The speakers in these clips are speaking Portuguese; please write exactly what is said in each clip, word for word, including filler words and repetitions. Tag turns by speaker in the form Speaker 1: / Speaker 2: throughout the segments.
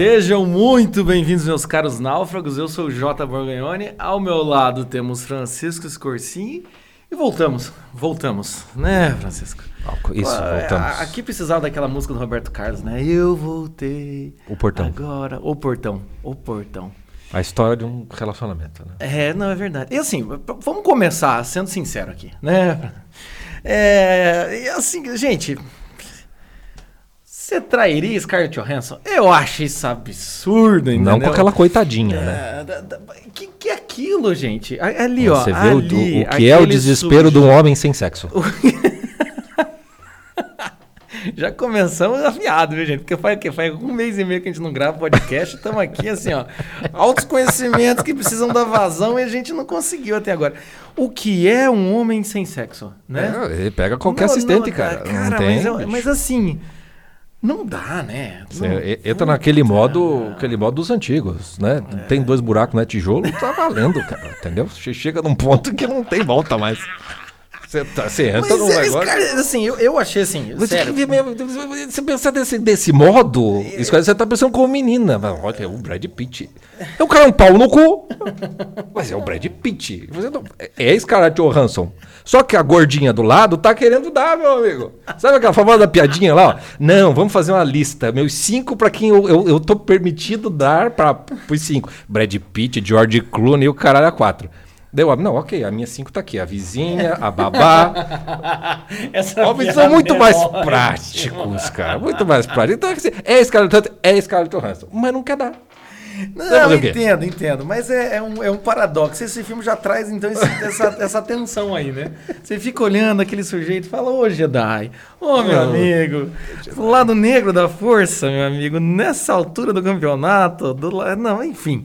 Speaker 1: Sejam muito bem-vindos, meus caros náufragos. Eu sou o J. Borgagnoni. Ao meu lado temos Francisco Scorsini. E voltamos, voltamos, né, Francisco?
Speaker 2: Isso, voltamos.
Speaker 1: Aqui precisava daquela música do Roberto Carlos, né? Eu voltei.
Speaker 2: O portão.
Speaker 1: Agora, o portão, o portão.
Speaker 2: A história de um relacionamento, né?
Speaker 1: É, não, é verdade. E assim, vamos começar sendo sincero aqui, né? É, e assim, gente... Você trairia Scarlett Johansson? Eu acho isso absurdo, entendeu?
Speaker 2: Não com aquela coitadinha, é, né?
Speaker 1: Que que é aquilo, gente? Ali, ó.
Speaker 2: Você vê
Speaker 1: ali,
Speaker 2: o, o que é o desespero sujo. de um homem sem sexo.
Speaker 1: Já começamos afiado, viu, gente? Porque faz, faz um mês e meio que a gente não grava podcast. Estamos aqui, assim, ó. Altos conhecimentos que precisam da vazão e a gente não conseguiu até agora. O que é um homem sem sexo, né?
Speaker 2: É, ele pega qualquer não, assistente, não, cara.
Speaker 1: Cara,
Speaker 2: não tem,
Speaker 1: mas, mas assim... Não dá, né?
Speaker 2: Você não, entra naquele modo, aquele modo dos antigos, né? É. Tem dois buracos, não é tijolo, tá valendo, cara, entendeu? Você chega num ponto que não tem volta mais. Você, tá, você entra
Speaker 1: Mas
Speaker 2: num
Speaker 1: eles,
Speaker 2: negócio...
Speaker 1: Cara, assim, eu, eu achei assim,
Speaker 2: você
Speaker 1: sério.
Speaker 2: Você pensar desse, desse modo, isso, você tá pensando como menina. Olha, o Brad Pitt. É o cara um pau no cu, mas é o Brad Pitt. Você não, é Scarlett Johansson. Só que a gordinha do lado tá querendo dar, meu amigo. Sabe aquela famosa piadinha lá? Ó? Não, vamos fazer uma lista. Meus cinco pra quem eu, eu, eu tô permitido dar para os cinco. Brad Pitt, George Clooney e o caralho a quatro. Deu, não, ok, a minha cinco tá aqui. A vizinha, a babá. Homens são muito mais práticos, cara. Muito mais práticos. Então, é Scarlett, é Scarlett Johansson, mas não quer dar.
Speaker 1: Não, entendo, entendo. Mas é, é, um, é um paradoxo. Esse filme já traz, então, esse, essa, essa tensão aí, né? Você fica olhando aquele sujeito e fala, ô Jedi, ô meu amigo, do lado negro da força, meu amigo, nessa altura do campeonato, do la... não, enfim...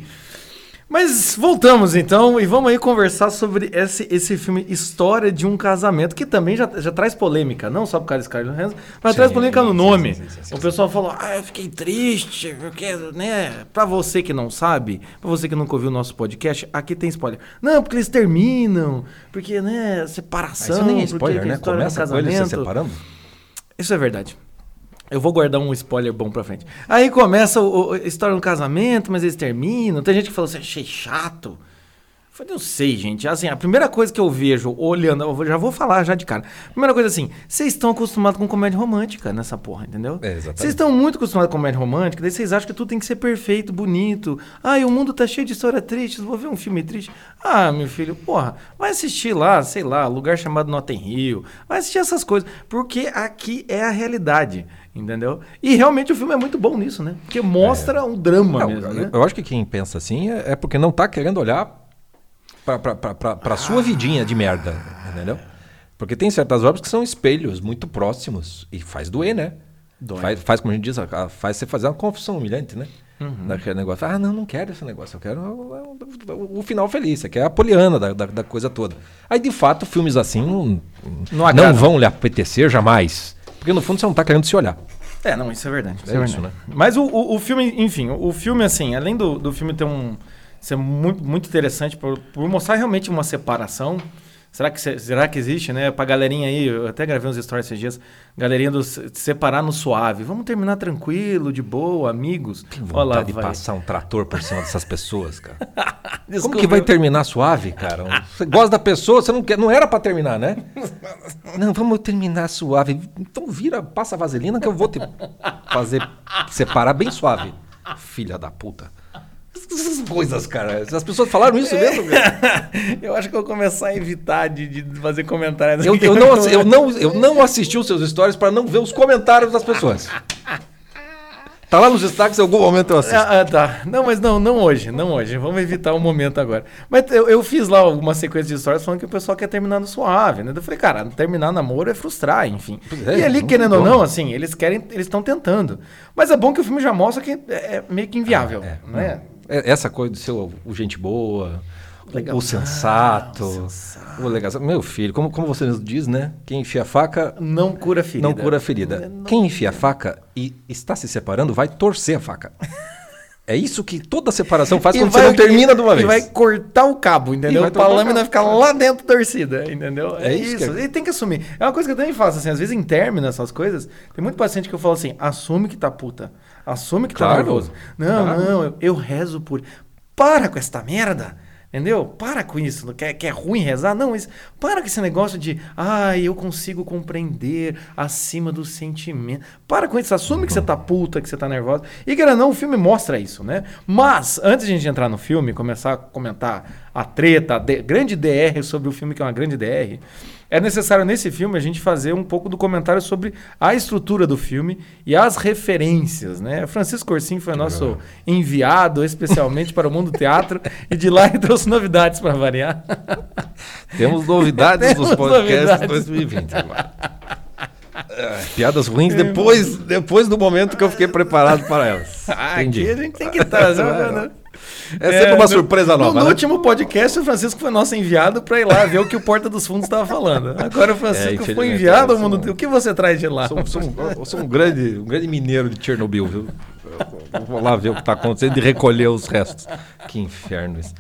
Speaker 1: Mas voltamos então e vamos aí conversar sobre esse, esse filme História de um Casamento, que também já, já traz polêmica, não só por causa de Scarlett Johansson, mas sim, traz polêmica no nome. Sim, sim, sim, sim, o pessoal sim. falou, ah, eu fiquei triste, porque, né, pra você que não sabe, pra você que nunca ouviu o nosso podcast, aqui tem spoiler. Não, porque eles terminam, porque, né, separação.
Speaker 2: Mas isso nem é spoiler,
Speaker 1: porque,
Speaker 2: né? Começa com eles se separando.
Speaker 1: Isso é verdade. Eu vou guardar um spoiler bom pra frente. Aí começa o, o, a história do casamento, mas eles terminam. Tem gente que fala assim, achei chato. Eu falei, eu sei, gente. Assim, a primeira coisa que eu vejo olhando, eu já vou falar já de cara. Primeira coisa assim, vocês estão acostumados com comédia romântica nessa porra, entendeu?
Speaker 2: É, exatamente.
Speaker 1: Vocês estão muito acostumados com comédia romântica, daí vocês acham que tudo tem que ser perfeito, bonito. Ah, e o mundo tá cheio de história triste, vou ver um filme triste. Ah, meu filho, porra, vai assistir lá, sei lá, lugar chamado Notting Hill. Vai assistir essas coisas, porque aqui é a realidade. Entendeu? E realmente o filme é muito bom nisso, né? Porque mostra é. um drama não, mesmo,
Speaker 2: eu,
Speaker 1: né?
Speaker 2: Eu acho que quem pensa assim é, é porque não tá querendo olhar pra, pra, pra, pra, pra ah. sua vidinha de merda, entendeu? Porque tem certas obras que são espelhos muito próximos e faz doer, né? Dói. Faz, faz, como a gente diz, faz você fazer uma confissão humilhante, né? Uhum. Daquele negócio, ah, não, não quero esse negócio, eu quero o, o, o final feliz, você quer a poliana da, da, da coisa toda. Aí, de fato, filmes assim não, não, não vão lhe apetecer jamais. Porque no fundo você não tá querendo se olhar.
Speaker 1: É, não, isso é verdade. Isso
Speaker 2: é,
Speaker 1: é
Speaker 2: isso,
Speaker 1: verdade.
Speaker 2: né?
Speaker 1: Mas o, o, o filme, enfim, o filme, assim, além do, do filme ter um... ser muito, muito interessante por, por mostrar realmente uma separação. Será que, será que existe, né? Pra galerinha aí, eu até gravei uns stories esses dias, galerinha do separar no suave. Vamos terminar tranquilo, de boa, amigos.
Speaker 2: Que vontade Olá, de vai. passar um trator por cima dessas pessoas, cara.
Speaker 1: Desculpa,
Speaker 2: como que vai terminar suave, cara? Você gosta da pessoa, você não quer, não era pra terminar, né? Não, vamos terminar suave. Então vira, passa a vaselina que eu vou te fazer separar bem suave. Filha da puta. Essas coisas, cara. As pessoas falaram isso mesmo, cara?
Speaker 1: Eu acho que eu vou começar a evitar de, de fazer comentários.
Speaker 2: Eu, eu, não, eu, não, eu não assisti os seus stories para não ver os comentários das pessoas. Tá lá nos destaques, em algum momento eu assisto.
Speaker 1: Ah, tá. Não, mas não, não hoje, não hoje. Vamos evitar o momento agora. Mas eu, eu fiz lá uma sequência de stories falando que o pessoal quer terminar no suave, né? Eu falei, cara, terminar namoro é frustrar, enfim. É, e ali, querendo ou não, assim, eles querem, eles estão tentando. Mas é bom que o filme já mostra que é meio que inviável, ah, é, né?
Speaker 2: Essa coisa do seu o gente boa, legal. O sensato, ah, o sensato, o legal. Meu filho, como, como você mesmo diz, né? Quem enfia a faca...
Speaker 1: Não cura a ferida.
Speaker 2: Não cura a ferida. Não... Quem enfia a faca e está se separando vai torcer a faca. É isso que toda separação faz quando vai, você não termina de uma vez.
Speaker 1: E vai cortar o cabo, entendeu? Para a lâmina ficar lá dentro torcida, entendeu? É, é isso. isso. É... E tem que assumir. É uma coisa que eu também faço, assim, às vezes em término essas coisas, tem muito paciente que eu falo assim, assume que tá puta. Assume que
Speaker 2: Claro.
Speaker 1: tá nervoso. Não,
Speaker 2: Claro.
Speaker 1: não, eu, eu rezo por... Para com esta merda! Entendeu? Para com isso. Que é, que é ruim rezar? Não, isso, para com esse negócio de... Ah, eu consigo compreender acima do sentimento. Para com isso. Assume uhum. que você tá puta, que você tá nervosa. E, cara, não, o filme mostra isso, né? Mas, antes de a gente entrar no filme, começar a comentar a treta, a de, grande D R sobre o filme, que é uma grande D R... É necessário, nesse filme, a gente fazer um pouco do comentário sobre a estrutura do filme e as referências, né? Francisco Corsim foi nosso enviado especialmente para o Mundo Teatro e de lá ele trouxe novidades para variar.
Speaker 2: Temos novidades
Speaker 1: Temos
Speaker 2: dos podcasts
Speaker 1: novidades.
Speaker 2: dois mil e vinte agora. É, piadas ruins depois, depois do momento que eu fiquei preparado para elas.
Speaker 1: Ah,
Speaker 2: Entendi.
Speaker 1: aqui a gente tem que estar. né?
Speaker 2: É sempre uma surpresa
Speaker 1: no,
Speaker 2: nova.
Speaker 1: No,
Speaker 2: né?
Speaker 1: no último podcast, o Francisco foi nosso enviado para ir lá ver o que o Porta dos Fundos estava falando. Agora o Francisco
Speaker 2: É,
Speaker 1: foi enviado ao
Speaker 2: sou-
Speaker 1: mundo. O que você traz de lá?
Speaker 2: Sou, sou um, eu sou um grande, um grande mineiro de Chernobyl, viu? Eu vou lá ver o que está acontecendo e recolher os restos. Que inferno isso.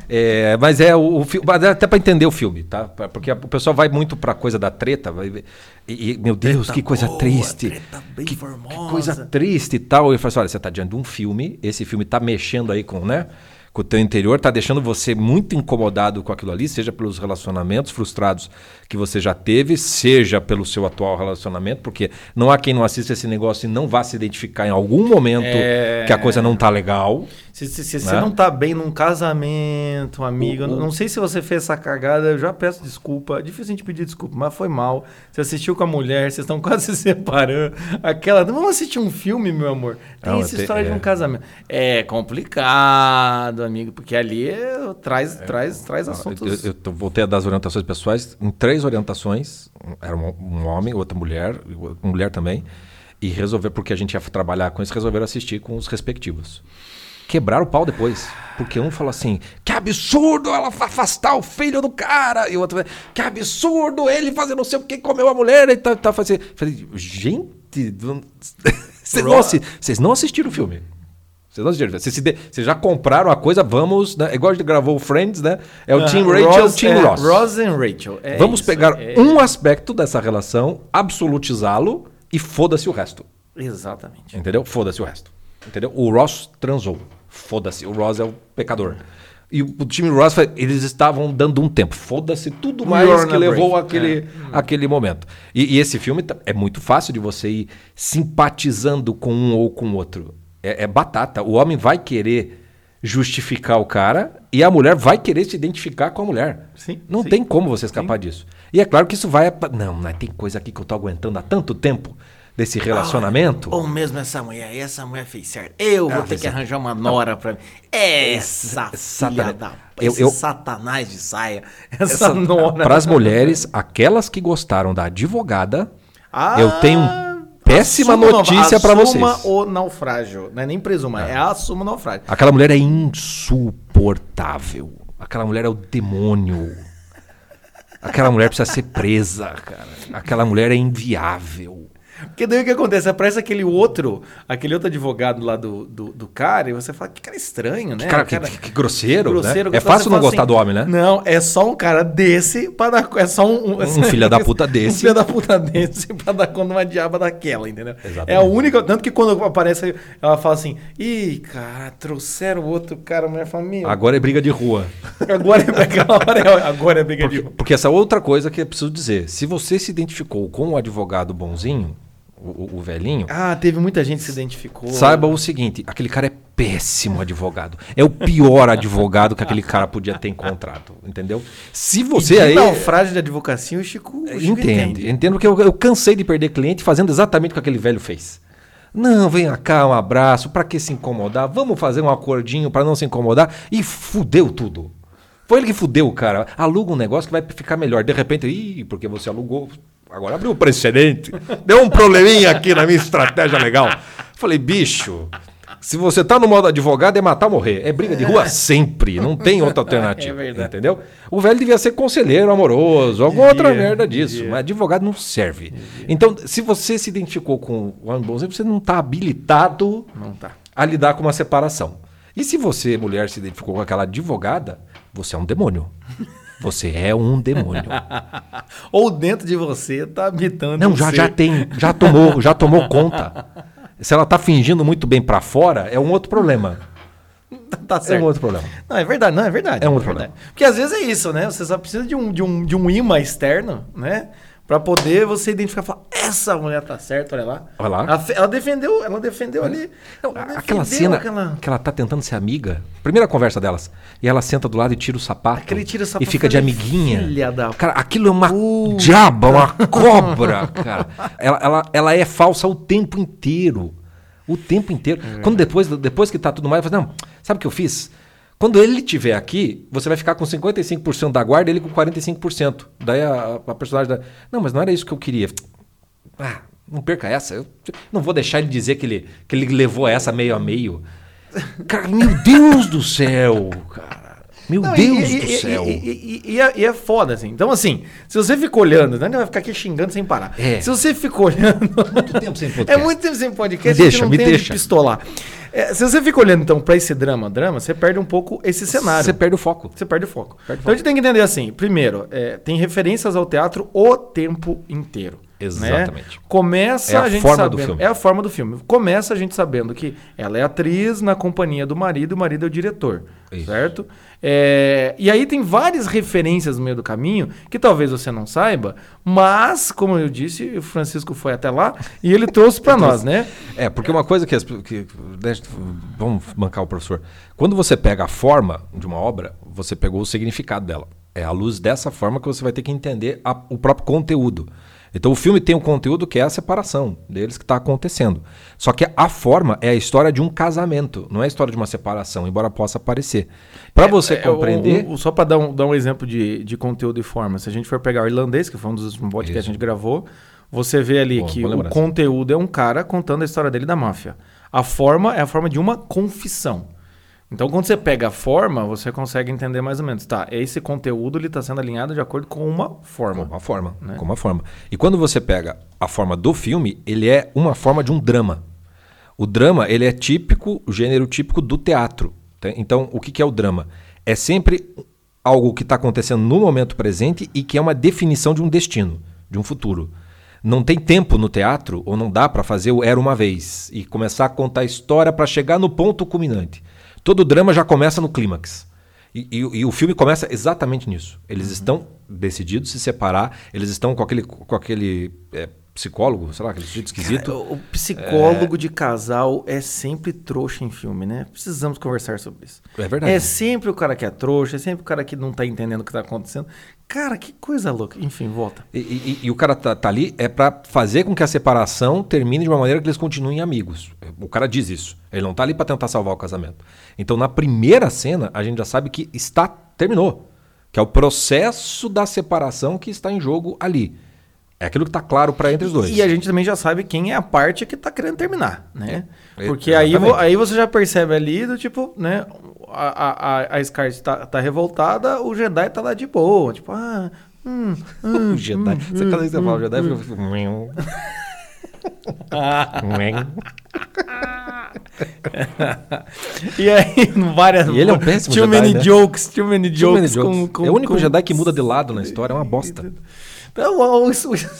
Speaker 2: É, mas é o, o filme, até para entender o filme, tá? Porque a- o pessoal vai muito para coisa da treta, vai ver- e, e, meu Deus,
Speaker 1: Treta
Speaker 2: que coisa
Speaker 1: boa,
Speaker 2: triste,
Speaker 1: treta bem
Speaker 2: que,
Speaker 1: formosa.
Speaker 2: que coisa triste e tal. E eu falo assim, olha, você está diante de um filme, esse filme está mexendo aí com, né? Com o teu interior, tá deixando você muito incomodado com aquilo ali, seja pelos relacionamentos frustrados que você já teve, seja pelo seu atual relacionamento, porque não há quem não assista esse negócio e não vá se identificar em algum momento
Speaker 1: É.
Speaker 2: que a coisa não tá legal.
Speaker 1: Se, se, se
Speaker 2: Né?
Speaker 1: você não tá bem num casamento, amigo,
Speaker 2: O- o-
Speaker 1: não, não sei se você fez essa cagada, eu já peço desculpa. É difícil a gente pedir desculpa, mas foi mal. Você assistiu com a mulher, vocês estão quase se separando. Aquela, vamos assistir um filme, meu amor. Tem
Speaker 2: Não,
Speaker 1: essa
Speaker 2: tem-
Speaker 1: história
Speaker 2: é.
Speaker 1: de um casamento. É complicado, amigo, porque ali é- traz, traz, traz assuntos.
Speaker 2: Eu, eu tô- voltei a dar as orientações pessoais, em três orientações, era um, um homem, outra mulher, uma mulher também, e resolver, porque a gente ia trabalhar com isso, resolveram assistir com os respectivos. Quebraram o pau depois. Porque um falou assim, que absurdo ela afastar o filho do cara. E o outro, que absurdo ele fazer não sei o que, comeu a mulher e tá, tá fazendo. Falei, gente, não- vocês, não, assi- vocês não assistiram o filme. Vocês não assistiram. Vocês, se de- vocês já compraram a coisa, vamos, né? Igual a gente gravou o Friends, né? É o
Speaker 1: Ah,
Speaker 2: Team Rachel e o
Speaker 1: Ross,
Speaker 2: Team
Speaker 1: é,
Speaker 2: Ross.
Speaker 1: Ross and Rachel. É
Speaker 2: Vamos
Speaker 1: isso,
Speaker 2: pegar
Speaker 1: é-
Speaker 2: um aspecto dessa relação, absolutizá-lo e foda-se o resto.
Speaker 1: Exatamente.
Speaker 2: Entendeu? Foda-se o resto. Entendeu? O Ross transou. Foda-se. O Ross é o pecador. E o, o time Ross, foi- eles estavam dando um tempo. Foda-se tudo mais
Speaker 1: You're
Speaker 2: que
Speaker 1: not
Speaker 2: levou
Speaker 1: brave.
Speaker 2: aquele, aquele momento. E, e esse filme tá- é muito fácil de você ir simpatizando com um ou com o outro. É, é batata. O homem vai querer justificar o cara e a mulher vai querer se identificar com a mulher.
Speaker 1: Sim,
Speaker 2: Não
Speaker 1: sim.
Speaker 2: tem como você escapar disso. E é claro que isso vai... Não, mas tem coisa aqui que eu tô aguentando há tanto tempo desse relacionamento.
Speaker 1: Ou mesmo essa mulher, essa mulher fez certo. Eu vou
Speaker 2: Ah,
Speaker 1: ter
Speaker 2: fez
Speaker 1: que
Speaker 2: certo.
Speaker 1: arranjar uma nora pra mim. Essa
Speaker 2: Essa-
Speaker 1: filha da...
Speaker 2: eu-
Speaker 1: esse
Speaker 2: eu-
Speaker 1: satanás de saia. Essa, nora.
Speaker 2: Para as mulheres, aquelas que gostaram da advogada,
Speaker 1: Ah,
Speaker 2: eu tenho péssima
Speaker 1: assuma o
Speaker 2: notícia
Speaker 1: naufrágio.
Speaker 2: para vocês.
Speaker 1: Assuma o naufrágio. Não é nem presuma, é assuma o naufrágio.
Speaker 2: Aquela mulher é insuportável. Aquela mulher é o demônio. Aquela mulher precisa ser presa, cara. Aquela mulher é inviável.
Speaker 1: Porque daí o que acontece? Aparece aquele outro, aquele outro advogado lá do, do, do cara, e você fala, que cara estranho, né?
Speaker 2: Cara,
Speaker 1: O
Speaker 2: que, que grosseiro,
Speaker 1: grosseiro,
Speaker 2: né? É
Speaker 1: gostoso,
Speaker 2: fácil
Speaker 1: você
Speaker 2: não
Speaker 1: fala
Speaker 2: gostar
Speaker 1: assim,
Speaker 2: do homem, né?
Speaker 1: Não, é só um cara desse para dar. É só um.
Speaker 2: Um filho da puta
Speaker 1: Um
Speaker 2: desse.
Speaker 1: filho da puta desse pra dar conta de uma diaba daquela, entendeu?
Speaker 2: Exatamente.
Speaker 1: É a única. Tanto que quando aparece, ela fala assim: ih, cara, trouxeram outro cara, a mulher fala: meu,
Speaker 2: Agora é briga de rua.
Speaker 1: agora é aquela hora, é- agora é briga de
Speaker 2: Porque, porque essa outra coisa que eu preciso dizer. Se você se identificou com o advogado bonzinho, o, o- o velhinho,
Speaker 1: Ah, teve muita gente que se identificou.
Speaker 2: saiba o seguinte, aquele cara é péssimo advogado. É o pior advogado que aquele cara podia ter encontrado, entendeu? Se você
Speaker 1: E de
Speaker 2: aí...
Speaker 1: naufrágio de advocacia, o Chico, o Chico
Speaker 2: Entende, entendo porque eu, eu cansei de perder cliente fazendo exatamente o que aquele velho fez. Não, vem cá, um abraço, pra que se incomodar? Vamos fazer um acordinho pra não se incomodar. E fudeu tudo. Foi ele que fudeu, cara. Aluga um negócio que vai ficar melhor. De repente, ih, porque você alugou, agora abriu um precedente. Deu um probleminha aqui na minha estratégia legal. Falei, bicho, se você tá no modo advogado é matar ou morrer. É briga de rua sempre, não tem outra alternativa.
Speaker 1: É verdade.
Speaker 2: Entendeu? O velho devia ser conselheiro amoroso, alguma outra
Speaker 1: Devia,
Speaker 2: merda disso.
Speaker 1: devia.
Speaker 2: Mas advogado não serve. Então, se você se identificou com o homem bonzinho, você não está habilitado
Speaker 1: Não tá.
Speaker 2: a lidar com uma separação. E se você, mulher, se identificou com aquela advogada, você é um demônio. Você é um demônio.
Speaker 1: Ou dentro de você tá habitando.
Speaker 2: Não,
Speaker 1: um
Speaker 2: já,
Speaker 1: ser.
Speaker 2: já tem, já tomou, já tomou conta. Se ela tá fingindo muito bem pra fora, é um outro problema.
Speaker 1: Tá certo.
Speaker 2: É um outro problema.
Speaker 1: Não, é verdade, não, é verdade.
Speaker 2: É um outro
Speaker 1: é verdade. Porque às vezes é isso, né? Você só precisa de um, de um, de um imã externo, né? Pra poder você identificar e falar, essa mulher tá certa, olha lá.
Speaker 2: Olha lá.
Speaker 1: Ela, ela defendeu, ela defendeu é. ali.
Speaker 2: Não,
Speaker 1: ela
Speaker 2: aquela
Speaker 1: defendeu
Speaker 2: cena
Speaker 1: aquela...
Speaker 2: que ela tá tentando ser amiga. Primeira conversa delas. E ela senta do lado e tira o sapato.
Speaker 1: Aquele tira o sapato.
Speaker 2: E fica de amiguinha.
Speaker 1: Filha da...
Speaker 2: Cara, aquilo é uma
Speaker 1: Puta.
Speaker 2: diaba, uma cobra, cara. Ela, ela, ela é falsa o tempo inteiro. O tempo inteiro. É. Quando depois, depois que tá tudo mais, eu falo, não, sabe o que eu fiz? Quando ele estiver aqui, você vai ficar com cinquenta e cinco por cento da guarda e ele com quarenta e cinco por cento. Daí a, a personagem da... Não, mas não era isso que eu queria. Ah, não perca essa. Eu não vou deixar ele dizer que ele, que ele levou essa meio a meio. Cara, meu Deus do céu, cara. Meu não, Deus e, do e, céu.
Speaker 1: E, e, e, e, é, e é foda, assim. Então, assim, se você fica olhando, né, vai ficar aqui xingando sem parar.
Speaker 2: É.
Speaker 1: Se você fica olhando...
Speaker 2: Muito tempo sem podcast.
Speaker 1: É muito tempo sem podcast.
Speaker 2: Me deixa,
Speaker 1: não
Speaker 2: me
Speaker 1: tem
Speaker 2: deixa.
Speaker 1: De pistolar. É, se você fica olhando, então, pra esse drama, drama, você perde um pouco esse cenário.
Speaker 2: Você perde o foco.
Speaker 1: Você perde o foco.
Speaker 2: Perde o
Speaker 1: então,
Speaker 2: foco.
Speaker 1: a gente tem que entender assim, primeiro, é, tem referências ao teatro o tempo inteiro.
Speaker 2: Exatamente.
Speaker 1: Né? Começa
Speaker 2: é a,
Speaker 1: a gente
Speaker 2: forma
Speaker 1: sabendo,
Speaker 2: do filme.
Speaker 1: É a forma do filme. Começa a gente sabendo que ela é atriz na companhia do marido, o marido é o diretor. Isso. Certo? É, e aí tem várias referências no meio do caminho que talvez você não saiba, mas, como eu disse, o Francisco foi até lá e ele trouxe para nós, né?
Speaker 2: É, porque uma coisa que, as, que... Vamos bancar o professor. Quando você pega a forma de uma obra, você pegou o significado dela. É à luz dessa forma que você vai ter que entender a, o próprio conteúdo. Então o filme tem um conteúdo que é a separação deles que está acontecendo. Só que a forma é a história de um casamento, não é a história de uma separação, embora possa parecer. Para é, você é, compreender...
Speaker 1: O, o, só para dar, um, dar um exemplo de, de conteúdo e forma, se a gente for pegar o Irlandês, que foi um dos últimos podcasts que a gente gravou, você vê ali Bom, que o conteúdo é um cara contando a história dele da máfia. A forma é a forma de uma confissão. Então, quando você pega a forma, você consegue entender mais ou menos. Tá, esse conteúdo está sendo alinhado de acordo com uma forma.
Speaker 2: Com uma forma,
Speaker 1: né?
Speaker 2: com uma forma. E quando você pega a forma do filme, ele é uma forma de um drama. O drama, ele é típico, o gênero típico do teatro. Tá? Então, o que, que é o drama? É sempre algo que está acontecendo no momento presente e que é uma definição de um destino, de um futuro. Não tem tempo no teatro, ou não dá para fazer o Era Uma Vez e começar a contar a história para chegar no ponto culminante. Todo drama já começa no clímax. E, e, e o filme começa exatamente nisso. Eles uhum. estão decididos se separar, eles estão com aquele, com aquele é, psicólogo, sei lá, aquele sujeito esquisito.
Speaker 1: Cara, o psicólogo é... de casal é sempre trouxa em filme, né? Precisamos conversar sobre isso.
Speaker 2: É verdade.
Speaker 1: É sempre o cara que é trouxa, é sempre o cara que não tá entendendo o que tá acontecendo. Cara, que coisa louca. Enfim, volta.
Speaker 2: E, e, e o cara tá, tá ali é para fazer com que a separação termine de uma maneira que eles continuem amigos. O cara diz isso. Ele não tá ali para tentar salvar o casamento. Então, na primeira cena, a gente já sabe que está terminou. Que é o processo da separação que está em jogo ali. É aquilo que está claro para entre os dois.
Speaker 1: E a gente também já sabe quem é a parte que está querendo terminar, né? Porque aí, aí você já percebe ali do tipo, né? A, a, a Scar está tá revoltada, o Jedi tá lá de boa. Tipo, ah... Hum, hum,
Speaker 2: o Jedi... Hum, você, cada vez que você fala o Jedi,
Speaker 1: hum,
Speaker 2: fica...
Speaker 1: E aí, várias...
Speaker 2: E ele é um péssimo
Speaker 1: too
Speaker 2: Jedi,
Speaker 1: many
Speaker 2: né?
Speaker 1: jokes, too many jokes.
Speaker 2: Too many jokes.
Speaker 1: Com, com,
Speaker 2: é o único
Speaker 1: com...
Speaker 2: Jedi que muda de lado na história, é uma bosta.
Speaker 1: Então,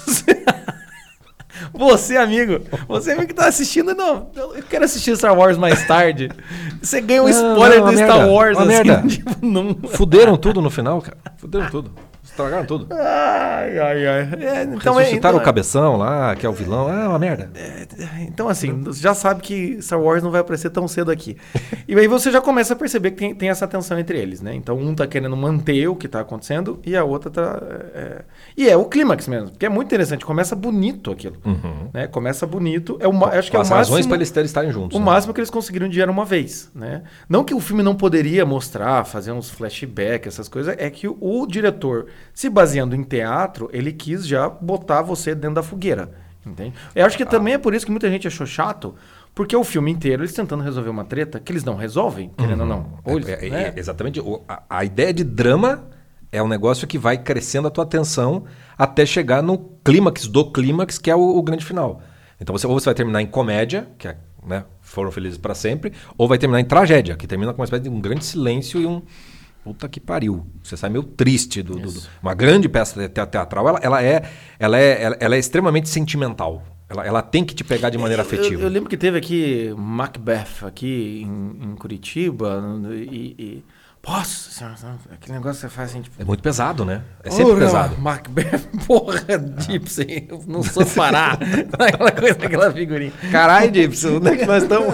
Speaker 1: você, amigo, você amigo que tá assistindo, não, eu quero assistir Star Wars mais tarde. Você ganha um spoiler não, não, do Star merda, Wars, assim,
Speaker 2: merda.
Speaker 1: Tipo, não...
Speaker 2: Fuderam tudo no final, cara. Fuderam tudo. Estragaram tudo.
Speaker 1: Ai, ai, ai. É, então,
Speaker 2: Ressuscitaram
Speaker 1: é, então,
Speaker 2: o cabeção lá, que é o vilão. Ah, uma merda.
Speaker 1: É, então, assim, você já sabe que Star Wars não vai aparecer tão cedo aqui. E aí você já começa a perceber que tem, tem essa tensão entre eles, né? Então, um tá querendo manter o que tá acontecendo e a outra tá... É... E é o clímax mesmo, porque é muito interessante. Começa bonito aquilo. Uhum. Né? Começa bonito. É o, acho que é o
Speaker 2: as
Speaker 1: máximo,
Speaker 2: razões para eles estarem juntos.
Speaker 1: O
Speaker 2: né?
Speaker 1: máximo que eles conseguiram de Era Uma Vez, né? Não que o filme não poderia mostrar, fazer uns flashbacks, essas coisas, é que o, o diretor, se baseando em teatro, ele quis já botar você dentro da fogueira, entende? Eu acho que ah. também é por isso que muita gente achou chato, porque o filme inteiro eles tentando resolver uma treta que eles não resolvem, querendo uhum. ou não. Ou eles,
Speaker 2: é,
Speaker 1: né?
Speaker 2: é, exatamente. A, a ideia de drama é um negócio que vai crescendo a tua atenção até chegar no clímax do clímax, que é o, o grande final. Então você, ou você vai terminar em comédia, que é, né, foram felizes para sempre, ou vai terminar em tragédia, que termina com uma espécie de um grande silêncio e um... Puta que pariu. Você sai meio triste. Do, do, do... Uma grande peça teatral, ela, ela, é, ela, é, ela, ela é extremamente sentimental. Ela, ela tem que te pegar de maneira
Speaker 1: eu,
Speaker 2: afetiva.
Speaker 1: Eu, eu lembro que teve aqui Macbeth, aqui em, em Curitiba, e... e... Nossa senhora, aquele negócio que você faz assim, tipo...
Speaker 2: É muito pesado, né? É sempre oh, pesado.
Speaker 1: Macbeth, porra, Gibson, eu não sou Pará. Aquela coisa, aquela figurinha.
Speaker 2: Caralho, Gibson, onde é que nós estamos?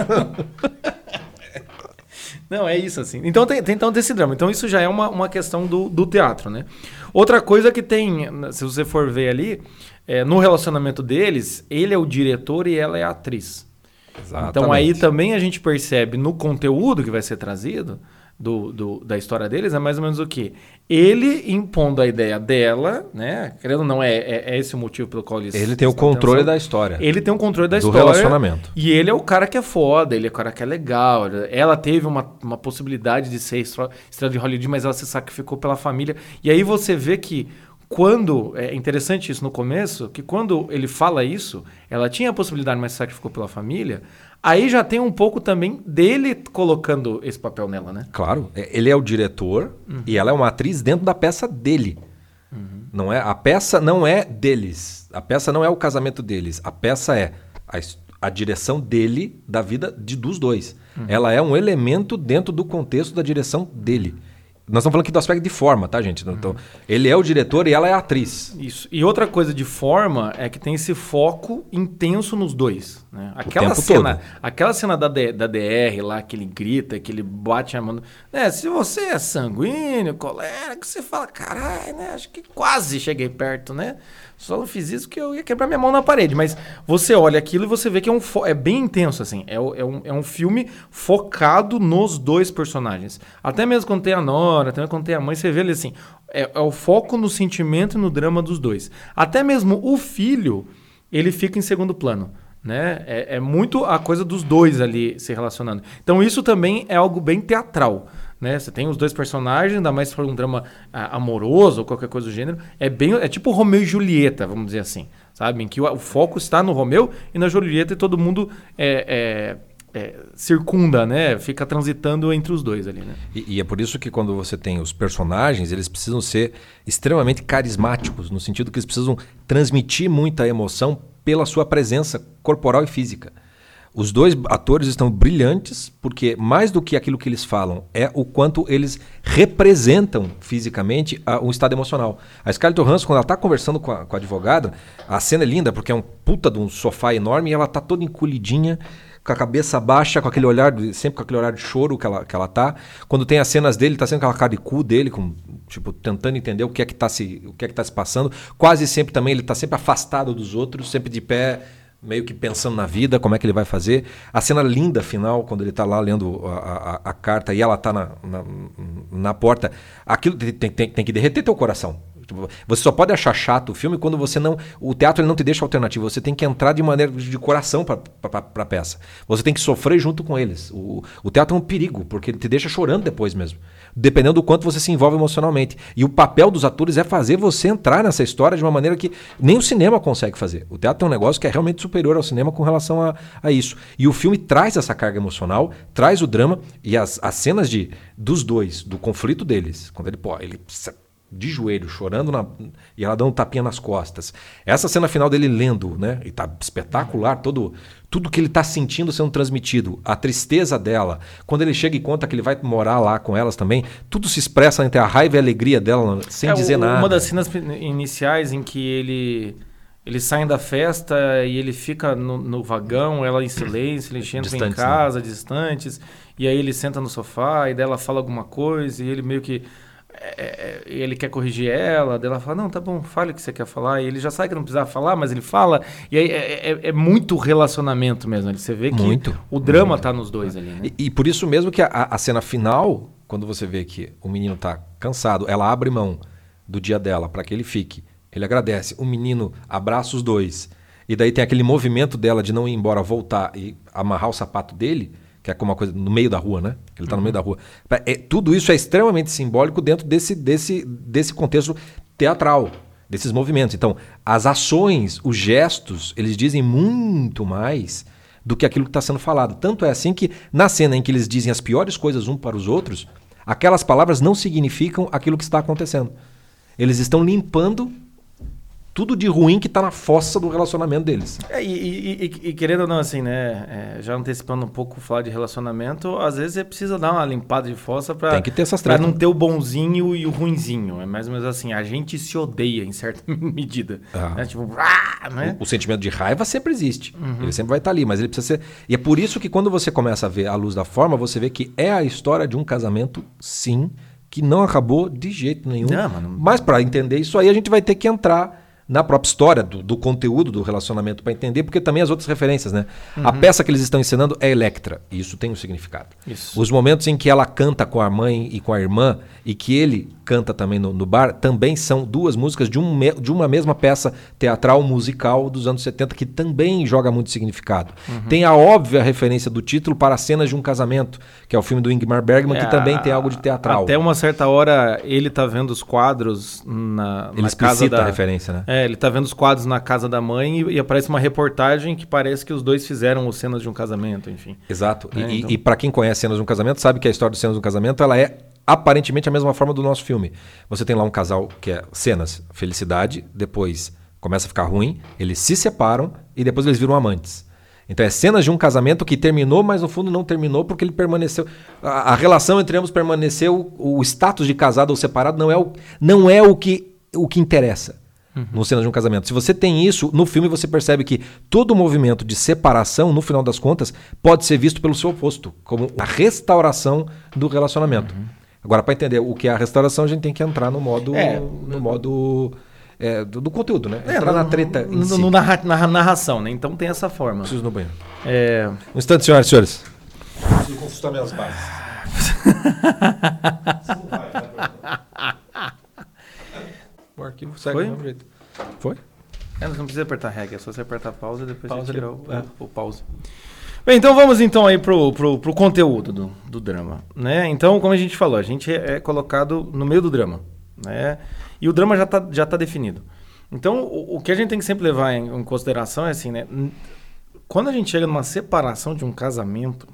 Speaker 1: Não, é isso assim. Então tem, tem então desse drama. Então isso já é uma, uma questão do, do teatro, né? Outra coisa que tem, se você for ver ali, é, no relacionamento deles, ele é o diretor e ela é a atriz. Exatamente. Então aí também a gente percebe no conteúdo que vai ser trazido... Do, do, da história deles é mais ou menos o quê? Ele impondo a ideia dela, né? Querendo ou não, é, é, é esse o motivo pelo qual eles...
Speaker 2: Ele tem o controle atenção. da história.
Speaker 1: Ele tem o controle da
Speaker 2: do
Speaker 1: história.
Speaker 2: Do relacionamento.
Speaker 1: E ele é o cara que é foda, ele é o cara que é legal. Ela teve uma, uma possibilidade de ser estrela de Hollywood, mas ela se sacrificou pela família. E aí você vê que quando... É interessante isso no começo, que quando ele fala isso, ela tinha a possibilidade, mas se sacrificou pela família... Aí já tem um pouco também dele colocando esse papel nela, né?
Speaker 2: Claro. Ele é o diretor uhum. e ela é uma atriz dentro da peça dele. Uhum. Não é, a peça não é deles. A peça não é o casamento deles. A peça é a, a direção dele da vida de, dos dois. Uhum. Ela é um elemento dentro do contexto da direção dele. Nós estamos falando aqui do aspecto de forma, tá, gente? Então, uhum. ele é o diretor e ela é a atriz.
Speaker 1: Isso. E outra coisa de forma é que tem esse foco intenso nos dois. Né? Aquela cena, todo. aquela cena da, D, da D R lá, que ele grita, que ele bate a mão. Né? Se você é sanguíneo, colérico, você fala, caralho, né? Acho que quase cheguei perto, né? Só não fiz isso porque eu ia quebrar minha mão na parede. Mas você olha aquilo e você vê que é, um fo- é bem intenso, assim. É, é, um, é um filme focado nos dois personagens. Até mesmo quando tem a Nora, até mesmo quando tem a mãe, você vê ele assim. É, é o foco no sentimento e no drama dos dois. Até mesmo o filho, ele fica em segundo plano. Né? É, é muito a coisa dos dois ali se relacionando. Então isso também é algo bem teatral. Né? Você tem os dois personagens, ainda mais se for um drama ah, amoroso ou qualquer coisa do gênero. É bem, é tipo Romeu e Julieta, vamos dizer assim. Sabe? Em que o, o foco está no Romeu e na Julieta e todo mundo é, é, é, circunda, né? Fica transitando entre os dois ali. Né?
Speaker 2: E, e é por isso que quando você tem os personagens, eles precisam ser extremamente carismáticos, no sentido que eles precisam transmitir muita emoção pela sua presença corporal e física. Os dois atores estão brilhantes porque mais do que aquilo que eles falam é o quanto eles representam fisicamente a, um estado emocional. A Scarlett Johansson, quando ela está conversando com a, com a advogada, a cena é linda porque é um puta de um sofá enorme e ela está toda encolhidinha, com a cabeça baixa, com aquele olhar, sempre com aquele olhar de choro que ela, que ela tá. Quando tem as cenas dele, tá sendo aquela cara de cu dele, com, tipo, tentando entender o que é que tá se, o que é que tá se passando. Quase sempre também ele tá sempre afastado dos outros, sempre de pé, meio que pensando na vida, como é que ele vai fazer. A cena linda final, quando ele tá lá lendo a, a, a carta e ela tá na, na, na porta, aquilo tem, tem, tem que derreter teu coração. Você só pode achar chato o filme quando você não... O teatro ele não te deixa alternativa. Você tem que entrar de maneira de coração para a peça. Você tem que sofrer junto com eles. O, o teatro é um perigo, porque ele te deixa chorando depois mesmo. Dependendo do quanto você se envolve emocionalmente. E o papel dos atores é fazer você entrar nessa história de uma maneira que nem o cinema consegue fazer. O teatro é um negócio que é realmente superior ao cinema com relação a, a isso. E o filme traz essa carga emocional, traz o drama e as, as cenas de, dos dois, do conflito deles. Quando ele... Pô, ele de joelho, chorando, na, e ela dando um tapinha nas costas. Essa cena final dele lendo, né? E tá espetacular, todo, tudo que ele tá sentindo sendo transmitido. A tristeza dela. Quando ele chega e conta que ele vai morar lá com elas também, tudo se expressa entre a raiva e a alegria dela, sem
Speaker 1: é,
Speaker 2: dizer
Speaker 1: o,
Speaker 2: nada.
Speaker 1: Uma das cenas iniciais em que ele... Eles saem da festa e ele fica no, no vagão, ela em silêncio, eles entram em casa, né? Distantes. E aí ele senta no sofá e dela fala alguma coisa e ele meio que... É, ele quer corrigir ela, daí ela fala, não, tá bom, fale o que você quer falar, e ele já sabe que não precisava falar, mas ele fala, e aí é, é, é muito relacionamento mesmo, você vê que muito, o drama muito. Tá nos dois ali, né?
Speaker 2: E, e por isso mesmo que a, a cena final, quando você vê que o menino tá cansado, ela abre mão do dia dela para que ele fique, ele agradece, o menino abraça os dois, e daí tem aquele movimento dela de não ir embora, voltar e amarrar o sapato dele, que é como uma coisa no meio da rua, né? Ele está no meio da rua. É, tudo isso é extremamente simbólico dentro desse, desse, desse contexto teatral, desses movimentos. Então, as ações, os gestos, eles dizem muito mais do que aquilo que está sendo falado. Tanto é assim que, na cena em que eles dizem as piores coisas um para os outros, aquelas palavras não significam aquilo que está acontecendo. Eles estão limpando tudo de ruim que tá na fossa do relacionamento deles.
Speaker 1: É, e, e, e, e querendo ou não, assim, né? É, já antecipando um pouco falar de relacionamento, às vezes você precisa dar uma limpada de fossa pra,
Speaker 2: Tem que ter essas
Speaker 1: pra
Speaker 2: tretas.
Speaker 1: não ter o bonzinho e o ruinzinho. É mais ou menos assim, a gente se odeia em certa medida.
Speaker 2: Ah.
Speaker 1: Né? Tipo, ah, né?
Speaker 2: O, o sentimento de raiva sempre existe. Uhum. Ele sempre vai estar ali, mas ele precisa ser... E é por isso que quando você começa a ver a luz da forma, você vê que é a história de um casamento, sim, que não acabou de jeito nenhum.
Speaker 1: Não, mano.
Speaker 2: Mas para entender isso aí, a gente vai ter que entrar na própria história do, do conteúdo do relacionamento para entender, porque também as outras referências, né? Uhum. A peça que eles estão ensinando é Electra, e isso tem um significado.
Speaker 1: Isso.
Speaker 2: Os momentos em que ela canta com a mãe e com a irmã, e que ele canta também no, no bar, também são duas músicas de, um, de uma mesma peça teatral musical dos anos setenta, que também joga muito significado. Uhum. Tem a óbvia referência do título para Cenas de um Casamento, que é o filme do Ingmar Bergman, é, que também tem algo de teatral.
Speaker 1: Até uma certa hora, ele tá vendo os quadros na,
Speaker 2: ele
Speaker 1: na casa da...
Speaker 2: a referência, né?
Speaker 1: É, ele tá vendo os quadros na casa da mãe e, e aparece uma reportagem que parece que os dois fizeram os Cenas de um Casamento, enfim.
Speaker 2: Exato.
Speaker 1: É,
Speaker 2: e
Speaker 1: então...
Speaker 2: e para quem conhece Cenas de um Casamento, sabe que a história dos Cenas de um Casamento, ela é aparentemente a mesma forma do nosso filme. Você tem lá um casal que é cenas, felicidade, depois começa a ficar ruim, eles se separam e depois eles viram amantes. Então é cenas de um casamento que terminou, mas no fundo não terminou porque ele permaneceu... A, a relação entre ambos permaneceu, o, o status de casado ou separado não é o, não é o, que, o que interessa. Uhum. No Cenas de um Casamento. Se você tem isso, no filme você percebe que todo o movimento de separação, no final das contas, pode ser visto pelo seu oposto, como a restauração do relacionamento. Uhum. Agora, para entender o que é a restauração, a gente tem que entrar no modo, é, no modo é, do, do conteúdo, né? Entrar é, no, na treta
Speaker 1: no,
Speaker 2: em si.
Speaker 1: No narra, na narração, né? Então tem essa forma.
Speaker 2: Preciso ir no banheiro.
Speaker 1: É...
Speaker 2: Um instante, senhoras e senhores. Preciso consultar minhas bases. Isso não vai, vai. O arquivo segue do mesmo jeito. Foi?
Speaker 1: É, não precisa apertar reg, é só você apertar pausa e depois
Speaker 2: pausa
Speaker 1: você tira o,
Speaker 2: é.
Speaker 1: o, o pause. Bem, então vamos então aí pro, pro, pro conteúdo do, do drama, né? Então, como a gente falou, a gente é, é colocado no meio do drama, né? E o drama já tá, já tá definido. Então, o, o que a gente tem que sempre levar em, em consideração é assim, né? Quando a gente chega numa separação de um casamento,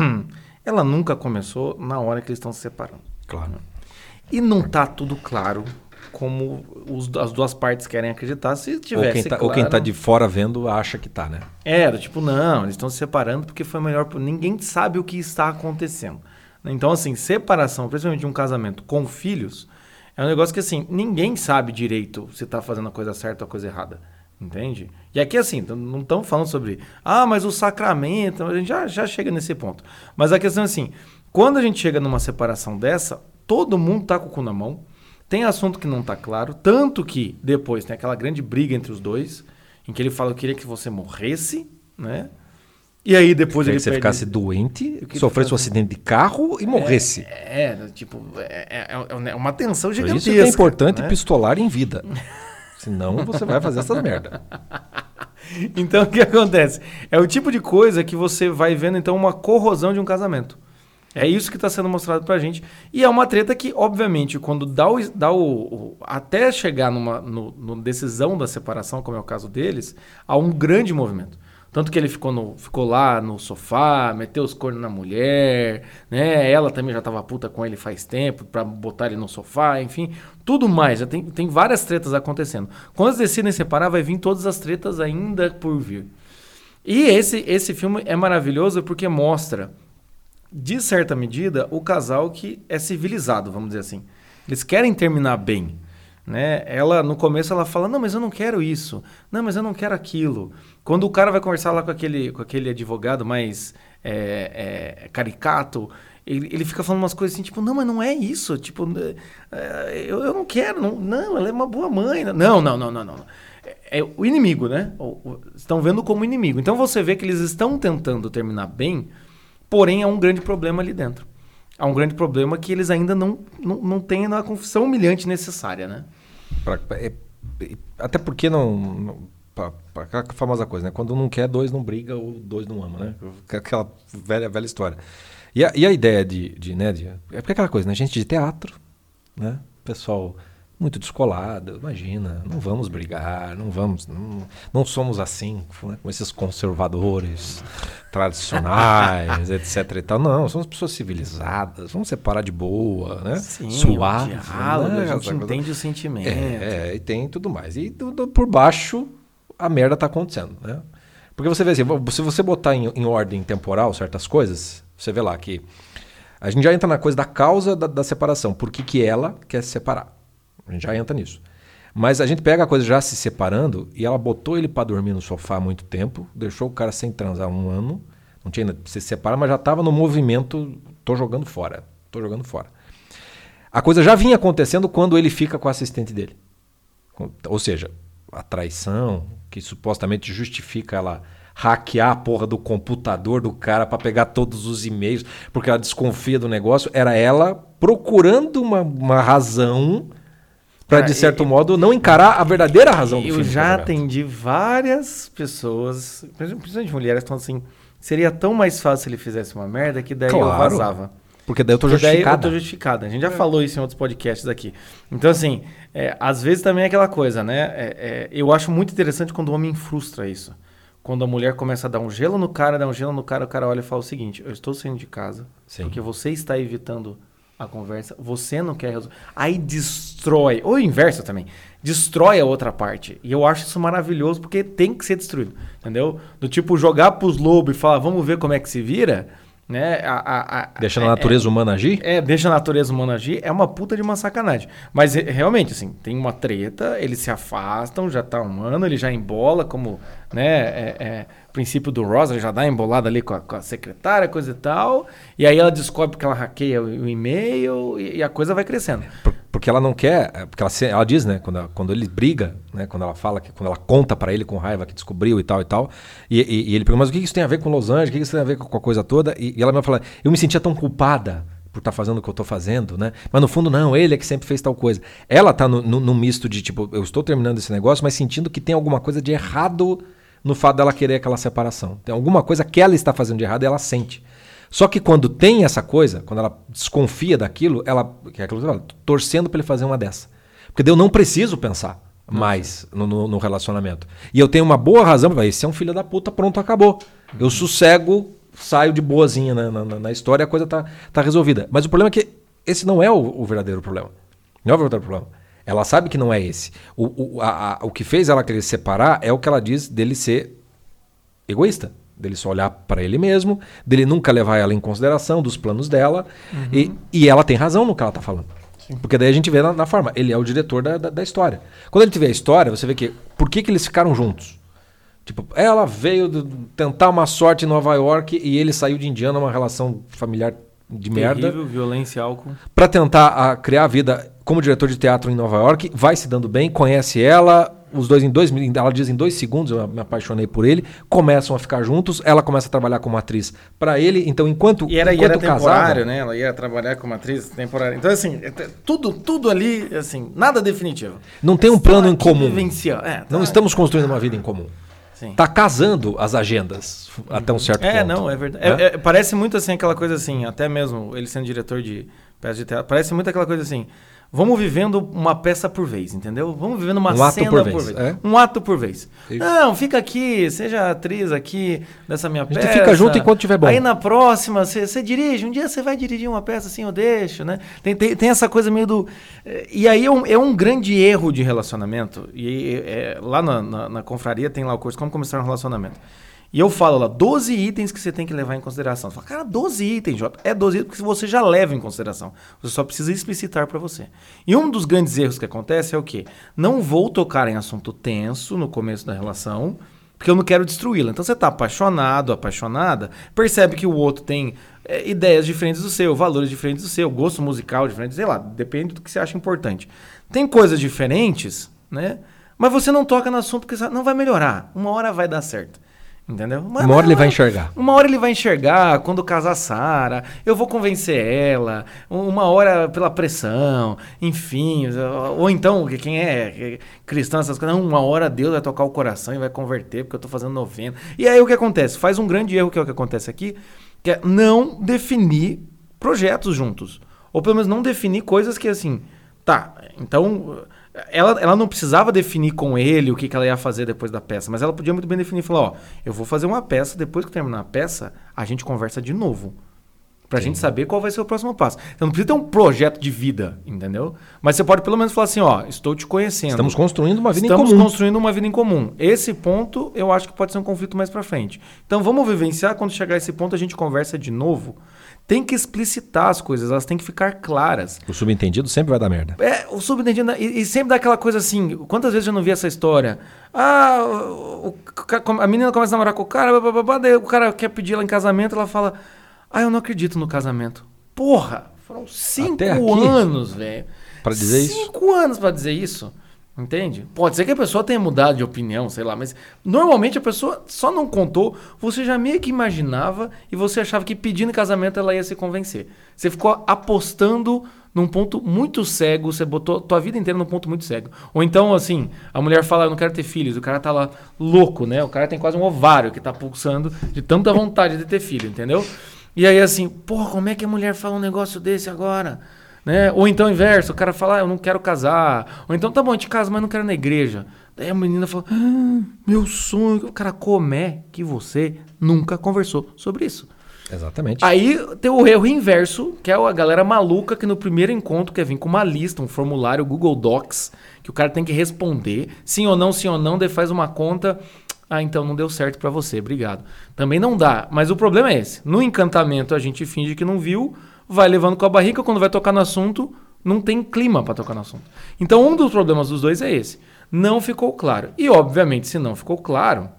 Speaker 1: ela nunca começou na hora que eles estão se separando.
Speaker 2: Claro.
Speaker 1: E não tá tudo claro como os, as duas partes querem acreditar. Se tivesse
Speaker 2: ou quem tá,
Speaker 1: claro,
Speaker 2: ou quem tá de fora vendo acha que tá, né?
Speaker 1: É, tipo, não, eles estão se separando porque foi melhor... Ninguém sabe o que está acontecendo. Então, assim, separação, principalmente de um casamento com filhos, é um negócio que, assim, ninguém sabe direito se tá fazendo a coisa certa ou a coisa errada. Entende? E aqui, assim, não estamos falando sobre... Ah, mas o sacramento... A gente já, já chega nesse ponto. Mas a questão é assim, quando a gente chega numa separação dessa, todo mundo tá com o cu na mão. Tem assunto que não tá claro, tanto que depois tem aquela grande briga entre os dois, em que ele fala, eu queria que você morresse, né? E aí depois ele
Speaker 2: que você
Speaker 1: perde...
Speaker 2: ficasse doente, sofresse um acidente de carro e morresse.
Speaker 1: É, é tipo, é, é, é uma tensão gigantesca.
Speaker 2: Por isso é importante
Speaker 1: né?
Speaker 2: pistolar em vida. Senão você vai fazer essas merda.
Speaker 1: Então o que acontece? É o tipo de coisa que você vai vendo então uma corrosão de um casamento. É isso que está sendo mostrado pra gente. E é uma treta que, obviamente, quando dá o... Dá o, o até chegar numa no, no decisão da separação, como é o caso deles, há um grande movimento. Tanto que ele ficou, no, ficou lá no sofá, meteu os cornos na mulher, né? Ela também já estava puta com ele faz tempo, pra botar ele no sofá, enfim. Tudo mais. Já tem, tem várias tretas acontecendo. Quando eles decidem separar, vai vir todas as tretas ainda por vir. E esse, esse filme é maravilhoso porque mostra... de certa medida, o casal que é civilizado, vamos dizer assim. Eles querem terminar bem, né? Ela, no começo, ela fala, não, mas eu não quero isso. Não, mas eu não quero aquilo. Quando o cara vai conversar lá com aquele, com aquele advogado mais é, é, caricato, ele, ele fica falando umas coisas assim, tipo, não, mas não é isso. Tipo, é, eu, eu não quero. Não, não, ela é uma boa mãe. Não, não, não, não, não. É, é o inimigo, né? O, o, estão vendo como inimigo. Então, você vê que eles estão tentando terminar bem. Porém, há um grande problema ali dentro. Há um grande problema que eles ainda não, não, não têm a confissão humilhante necessária, né?
Speaker 2: Pra, é, até porque não... não pra, pra aquela famosa coisa, né? Quando um não quer, dois não briga ou dois não ama, né? Aquela velha, velha história. E a, e a ideia de... de, né, de... É porque é aquela coisa, né? Gente de teatro, né? Pessoal muito descolado, imagina, não vamos brigar, não vamos, não, não somos assim, né, com esses conservadores tradicionais, etc e tal. Não, somos pessoas civilizadas, vamos separar de boa, né?
Speaker 1: Sim,
Speaker 2: Suave.
Speaker 1: O diálogo,
Speaker 2: né?
Speaker 1: a gente entende o sentimento.
Speaker 2: É, é, e tem tudo mais. E tudo por baixo a merda tá acontecendo, né? Porque você vê assim, se você botar em, em ordem temporal certas coisas, você vê lá que a gente já entra na coisa da causa da, da separação. Por que que ela quer se separar? A gente já entra nisso. Mas a gente pega a coisa já se separando e ela botou ele para dormir no sofá há muito tempo, deixou o cara sem transar um ano, não tinha ainda se separar, mas já estava no movimento, tô jogando fora, tô jogando fora. A coisa já vinha acontecendo quando ele fica com a assistente dele. Ou seja, a traição, que supostamente justifica ela hackear a porra do computador do cara para pegar todos os e-mails, porque ela desconfia do negócio, era ela procurando uma, uma razão para, de certo e, modo, não encarar a verdadeira razão do
Speaker 1: eu
Speaker 2: filme.
Speaker 1: Eu já atendi várias pessoas, principalmente mulheres, que estão assim, seria tão mais fácil se ele fizesse uma merda que daí claro, eu vazava.
Speaker 2: Porque daí eu tô justificada.
Speaker 1: Daí eu tô justificada. A gente já é. falou isso em outros podcasts aqui. Então, assim, é, às vezes também é aquela coisa, né? É, é, eu acho muito interessante quando o homem frustra isso. Quando a mulher começa a dar um gelo no cara, dá um gelo no cara, o cara olha e fala o seguinte, eu estou saindo de casa, Sim. porque você está evitando a conversa, você não quer resolver. Aí destrói, ou o inverso também, destrói a outra parte. E eu acho isso maravilhoso, porque tem que ser destruído, entendeu? Do tipo, jogar pros lobos e falar, vamos ver como é que se vira, né? A, a, a,
Speaker 2: deixa a natureza
Speaker 1: é,
Speaker 2: humana agir?
Speaker 1: É, deixa a natureza humana agir, é uma puta de uma sacanagem. Mas realmente, assim, tem uma treta, eles se afastam, já tá um ano, ele já embola, como, né, é, é, princípio do Ross, ele já dá embolada ali com a, com a secretária, coisa e tal, e aí ela descobre que ela hackeia o, o e-mail e, e a coisa vai crescendo.
Speaker 2: Por, porque ela não quer, porque ela, ela diz, né, quando, ela, quando ele briga, né, quando ela fala, que, quando ela conta pra ele com raiva que descobriu e tal e tal, e, e, e ele pergunta, mas o que isso tem a ver com Los Angeles, o que isso tem a ver com, com a coisa toda, e, e ela me fala, eu me sentia tão culpada por estar tá fazendo o que eu tô fazendo, né? Mas no fundo não, ele é que sempre fez tal coisa. Ela tá no, no, no misto de tipo, eu estou terminando esse negócio, mas sentindo que tem alguma coisa de errado no fato dela querer aquela separação. Tem alguma coisa que ela está fazendo de errado e ela sente. Só que quando tem essa coisa, quando ela desconfia daquilo, ela, que é aquilo que eu falo, torcendo para ele fazer uma dessa. Porque daí eu não preciso pensar mais no, no, no relacionamento. E eu tenho uma boa razão para esse é um filho da puta, pronto, acabou. Uhum. Eu sossego, saio de boazinha na, na, na história e a coisa tá, tá resolvida. Mas o problema é que esse não é o, o verdadeiro problema. Não é o verdadeiro problema. Ela sabe que não é esse. O, o, a, a, o que fez ela querer se separar é o que ela diz dele ser egoísta. Dele só olhar para ele mesmo, dele nunca levar ela em consideração, dos planos dela. Uhum. E, e ela tem razão no que ela está falando. Sim. Porque daí a gente vê na, na forma. Ele é o diretor da, da, da história. Quando ele tiver a história, você vê que... Por que, que eles ficaram juntos? Tipo, ela veio do, tentar uma sorte em Nova York e ele saiu de Indiana, uma relação familiar de merda.
Speaker 1: Terrível, violência e álcool.
Speaker 2: Para tentar a, criar a vida como diretor de teatro em Nova York. Vai se dando bem, conhece ela... Os dois em dois, ela diz em dois segundos, eu me apaixonei por ele, começam a ficar juntos, ela começa a trabalhar como atriz para ele, então enquanto
Speaker 1: E era,
Speaker 2: enquanto
Speaker 1: e era temporário,
Speaker 2: casava,
Speaker 1: né? Ela ia trabalhar como atriz temporária. Então, assim, tudo, tudo ali, assim, nada definitivo.
Speaker 2: Não tem um plano em comum.
Speaker 1: É, tá.
Speaker 2: Não estamos construindo uma vida em comum. Sim. Tá casando as agendas uhum. até um certo
Speaker 1: é,
Speaker 2: ponto.
Speaker 1: É, não, é verdade. É? É, é, parece muito assim aquela coisa assim, até mesmo ele sendo diretor de peça de teatro, parece muito aquela coisa assim... Vamos vivendo uma peça por vez, entendeu? Vamos vivendo uma
Speaker 2: um
Speaker 1: cena
Speaker 2: ato por vez.
Speaker 1: Por vez.
Speaker 2: É?
Speaker 1: Um ato por vez.
Speaker 2: Isso.
Speaker 1: Não, fica aqui, seja atriz aqui dessa minha peça.
Speaker 2: A gente fica junto enquanto tiver bom.
Speaker 1: Aí na próxima, você dirige, um dia você vai dirigir uma peça assim, eu deixo, né? Tem, tem, tem essa coisa meio do... E aí é um, é um grande erro de relacionamento. E é, lá na, na, na confraria tem lá o curso Como Começar um Relacionamento. E eu falo lá, doze itens que você tem que levar em consideração. Você fala, cara, doze itens, Jota. É doze itens porque você já leva em consideração. Você só precisa explicitar para você. E um dos grandes erros que acontece é o quê? Não vou tocar em assunto tenso no começo da relação, porque eu não quero destruí-la. Então você tá apaixonado, apaixonada, percebe que o outro tem é, ideias diferentes do seu, valores diferentes do seu, gosto musical diferente, sei lá, depende do que você acha importante. Tem coisas diferentes, né? Mas você não toca no assunto porque não vai melhorar. Uma hora vai dar certo. Entendeu? Mas
Speaker 2: uma hora ele vai enxergar.
Speaker 1: Uma hora ele vai enxergar, quando casar Sara, eu vou convencer ela, uma hora pela pressão, enfim. Ou então, quem é cristão, essas coisas, uma hora Deus vai tocar o coração e vai converter, porque eu estou fazendo novena. E aí o que acontece? Faz um grande erro, que é o que acontece aqui, que é não definir projetos juntos. Ou pelo menos não definir coisas que, assim, Tá, então ela, ela não precisava definir com ele o que, que ela ia fazer depois da peça, mas ela podia muito bem definir e falar, ó, eu vou fazer uma peça, depois que terminar a peça, a gente conversa de novo. Pra Sim. gente saber qual vai ser o próximo passo. Então não precisa ter um projeto de vida, entendeu? Mas você pode pelo menos falar assim, ó, estou te conhecendo.
Speaker 2: Estamos construindo uma vida
Speaker 1: Estamos
Speaker 2: em comum.
Speaker 1: Estamos construindo uma vida em comum. Esse ponto eu acho que pode ser um conflito mais pra frente. Então vamos vivenciar, quando chegar a esse ponto a gente conversa de novo. Tem que explicitar as coisas, elas têm que ficar claras.
Speaker 2: O subentendido sempre vai dar merda.
Speaker 1: É, o subentendido, e, e sempre dá aquela coisa assim, quantas vezes eu não vi essa história? Ah, o, o, a menina começa a namorar com o cara, blá, blá, blá, daí o cara quer pedir ela em casamento, ela fala... Ah, eu não acredito no casamento. Porra, foram cinco anos, velho.
Speaker 2: Pra dizer
Speaker 1: cinco
Speaker 2: isso?
Speaker 1: Cinco anos pra dizer isso. Entende? Pode ser que a pessoa tenha mudado de opinião, sei lá, mas normalmente a pessoa só não contou, você já meio que imaginava e você achava que pedindo casamento ela ia se convencer. Você ficou apostando num ponto muito cego, você botou tua vida inteira num ponto muito cego. Ou então, assim, a mulher fala, eu não quero ter filhos, o cara tá lá louco, né? O cara tem quase um ovário que tá pulsando de tanta vontade de ter filho, entendeu? E aí assim, porra, como é que a mulher fala um negócio desse agora? Né? Ou então o inverso, o cara fala, ah, eu não quero casar. Ou então, tá bom, a gente casa, mas não quero na igreja. Daí a menina fala, ah, meu sonho. Cara, como é que você nunca conversou sobre isso?
Speaker 2: Exatamente.
Speaker 1: Aí tem o erro inverso, que é a galera maluca que no primeiro encontro quer vir com uma lista, um formulário, Google Docs, que o cara tem que responder, sim ou não, sim ou não, daí faz uma conta... Ah, então não deu certo pra você, obrigado. Também não dá, mas o problema é esse. No encantamento a gente finge que não viu, vai levando com a barriga, quando vai tocar no assunto, não tem clima pra tocar no assunto. Então um dos problemas dos dois é esse. Não ficou claro. E obviamente se não ficou claro,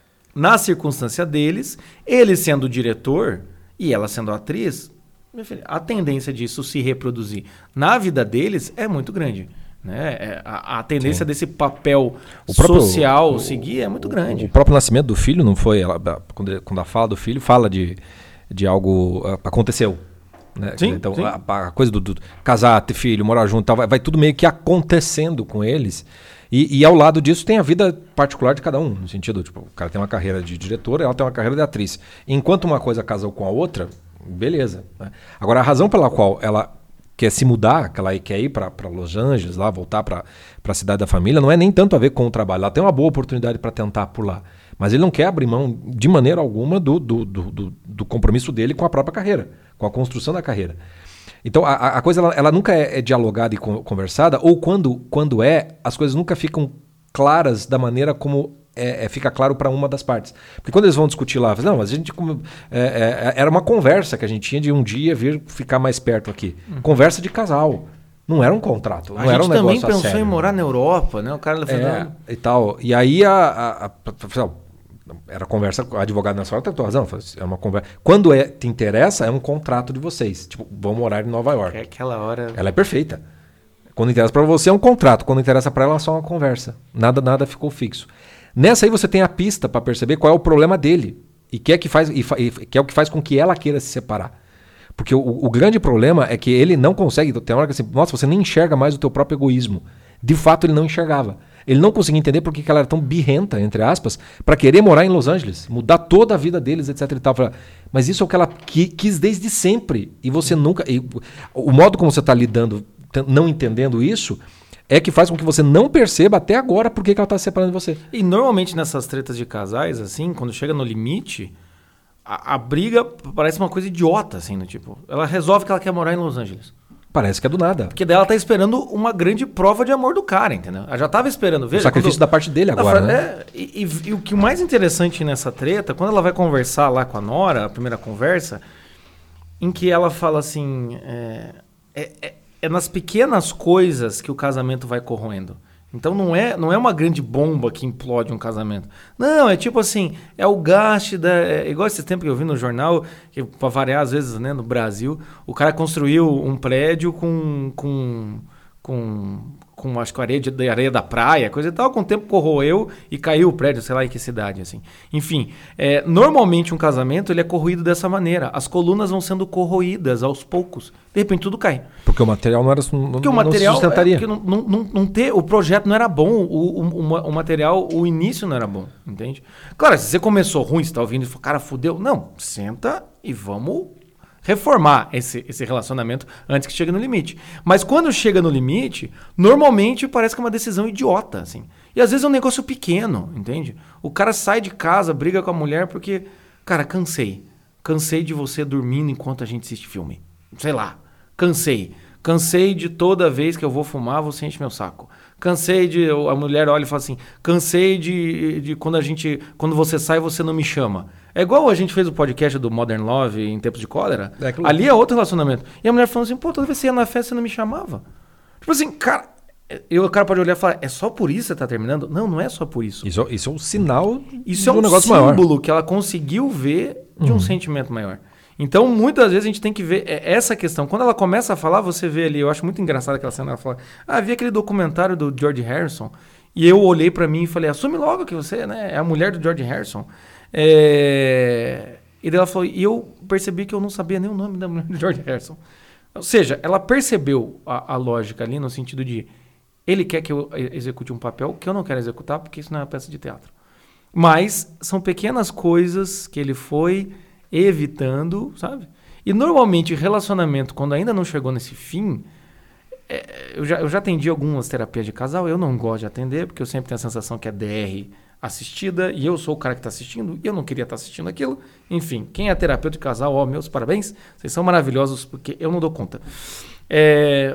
Speaker 1: na circunstância deles, ele sendo o diretor e ela sendo a atriz, minha filha, a tendência disso se reproduzir na vida deles é muito grande. Né? A, a tendência Sim. desse papel o próprio, social o, seguir é muito grande.
Speaker 2: O, o próprio nascimento do filho não foi... Ela, quando, quando ela fala do filho, fala de, de algo uh, aconteceu. Né?
Speaker 1: Sim,
Speaker 2: então,
Speaker 1: sim.
Speaker 2: A, a coisa do, do casar, ter filho, morar junto, tal, vai, vai tudo meio que acontecendo com eles. E, e ao lado disso tem a vida particular de cada um. No sentido, tipo, o cara tem uma carreira de diretor, ela tem uma carreira de atriz. Enquanto uma coisa casou com a outra, beleza. Né? Agora, a razão pela qual ela... quer se mudar, que ela quer ir para Los Angeles, lá, voltar para a cidade da família, não é nem tanto a ver com o trabalho. Ela tem uma boa oportunidade para tentar por lá. Mas ele não quer abrir mão, de maneira alguma, do, do, do, do, do compromisso dele com a própria carreira, com a construção da carreira. Então, a, a coisa ela, ela nunca é, é dialogada e conversada, ou quando, quando é, as coisas nunca ficam claras da maneira como... É, é, fica claro para uma das partes. Porque quando eles vão discutir lá, não, mas a gente é, é, era uma conversa que a gente tinha de um dia vir ficar mais perto aqui. Uhum. Conversa de casal. Não era um contrato. Não
Speaker 1: a
Speaker 2: era um
Speaker 1: gente também
Speaker 2: negócio
Speaker 1: pensou
Speaker 2: sério,
Speaker 1: em morar na Europa, né? O cara
Speaker 2: é, e tal. E aí a, a, a, a era conversa, a advogada nessa hora tem razão. É uma conversa. Quando é, te interessa, é um contrato de vocês. Tipo, vão morar em Nova York.
Speaker 1: É aquela hora.
Speaker 2: Ela é perfeita. Quando interessa para você é um contrato. Quando interessa para ela é só uma conversa. Nada, nada ficou fixo. Nessa aí você tem a pista para perceber qual é o problema dele e que é, que, faz, e, e que é o que faz com que ela queira se separar. Porque o, o grande problema é que ele não consegue, tem uma hora que assim, nossa, você nem enxerga mais o teu próprio egoísmo. De fato ele não enxergava. Ele não conseguia entender por que ela era tão birrenta, entre aspas, para querer morar em Los Angeles, mudar toda a vida deles, etc e tal. Mas isso é o que ela qui, quis desde sempre. E você nunca... E, o modo como você está lidando, não entendendo isso... é que faz com que você não perceba até agora por que, que ela está se separando de você.
Speaker 1: E normalmente nessas tretas de casais, assim, quando chega no limite, a, a briga parece uma coisa idiota, assim, no tipo. Ela resolve que ela quer morar em Los Angeles.
Speaker 2: Parece que é do nada.
Speaker 1: Porque daí ela tá esperando uma grande prova de amor do cara, entendeu? Ela já tava esperando. Veja,
Speaker 2: o sacrifício quando... da parte dele agora,
Speaker 1: fala,
Speaker 2: né?
Speaker 1: É, e, e, e o que mais interessante nessa treta, quando ela vai conversar lá com a Nora, a primeira conversa, em que ela fala assim... É, é, é, É nas pequenas coisas que o casamento vai corroendo. Então não é, não é uma grande bomba que implode um casamento. Não, é tipo assim, é o gasto da... É igual esse tempo que eu vi no jornal, que para variar às vezes, né, no Brasil, o cara construiu um prédio com... com, com com acho que areia, de, areia da praia, coisa e tal, com o tempo corroeu e caiu o prédio, sei lá em que cidade, assim. Enfim, é, normalmente um casamento ele é corroído dessa maneira. As colunas vão sendo corroídas aos poucos. De repente tudo cai.
Speaker 2: Porque o material não era não,
Speaker 1: porque o
Speaker 2: não
Speaker 1: material,
Speaker 2: se sustentaria.
Speaker 1: É, porque não, não, não, não ter, o projeto não era bom, o, o, o, o material, o início não era bom, entende? Claro, se você começou ruim, você está ouvindo e falou, cara, fudeu. Não, senta e vamos reformar esse, esse relacionamento antes que chegue no limite. Mas quando chega no limite, normalmente parece que é uma decisão idiota, assim. E às vezes é um negócio pequeno, entende? O cara sai de casa, briga com a mulher porque, cara, cansei. Cansei de você dormindo enquanto a gente assiste filme. Sei lá, cansei. Cansei de toda vez que eu vou fumar, você enche meu saco. Cansei de... A mulher olha e fala assim, cansei de, de quando a gente... Quando você sai, você não me chama. É igual a gente fez o podcast do Modern Love em Tempos de Cólera. É, claro. Ali é outro relacionamento. E a mulher falando assim, pô, toda vez que você ia na festa, você não me chamava. Tipo assim, cara... E o cara pode olhar e falar, é só por isso que você tá terminando? Não, não é só por isso.
Speaker 2: Isso, isso é um sinal
Speaker 1: isso de um, é um negócio maior. Isso é um símbolo que ela conseguiu ver de um uhum. sentimento maior. Então, muitas vezes a gente tem que ver essa questão. Quando ela começa a falar, você vê ali, eu acho muito engraçado aquela cena, ela fala, ah, vi aquele documentário do George Harrison, e eu olhei pra mim e falei, assume logo que você né, é a mulher do George Harrison. É... E daí ela falou, e eu percebi que eu não sabia nem o nome da mulher do George Harrison. Ou seja, ela percebeu a, a lógica ali no sentido de, ele quer que eu execute um papel que eu não quero executar, porque isso não é uma peça de teatro. Mas são pequenas coisas que ele foi... evitando, sabe? E normalmente relacionamento, quando ainda não chegou nesse fim, é, eu, já, eu já atendi algumas terapias de casal, eu não gosto de atender, porque eu sempre tenho a sensação que é D R assistida, e eu sou o cara que está assistindo, e eu não queria estar tá assistindo aquilo. Enfim, quem é terapeuta de casal, ó, meus parabéns, vocês são maravilhosos, porque eu não dou conta. É,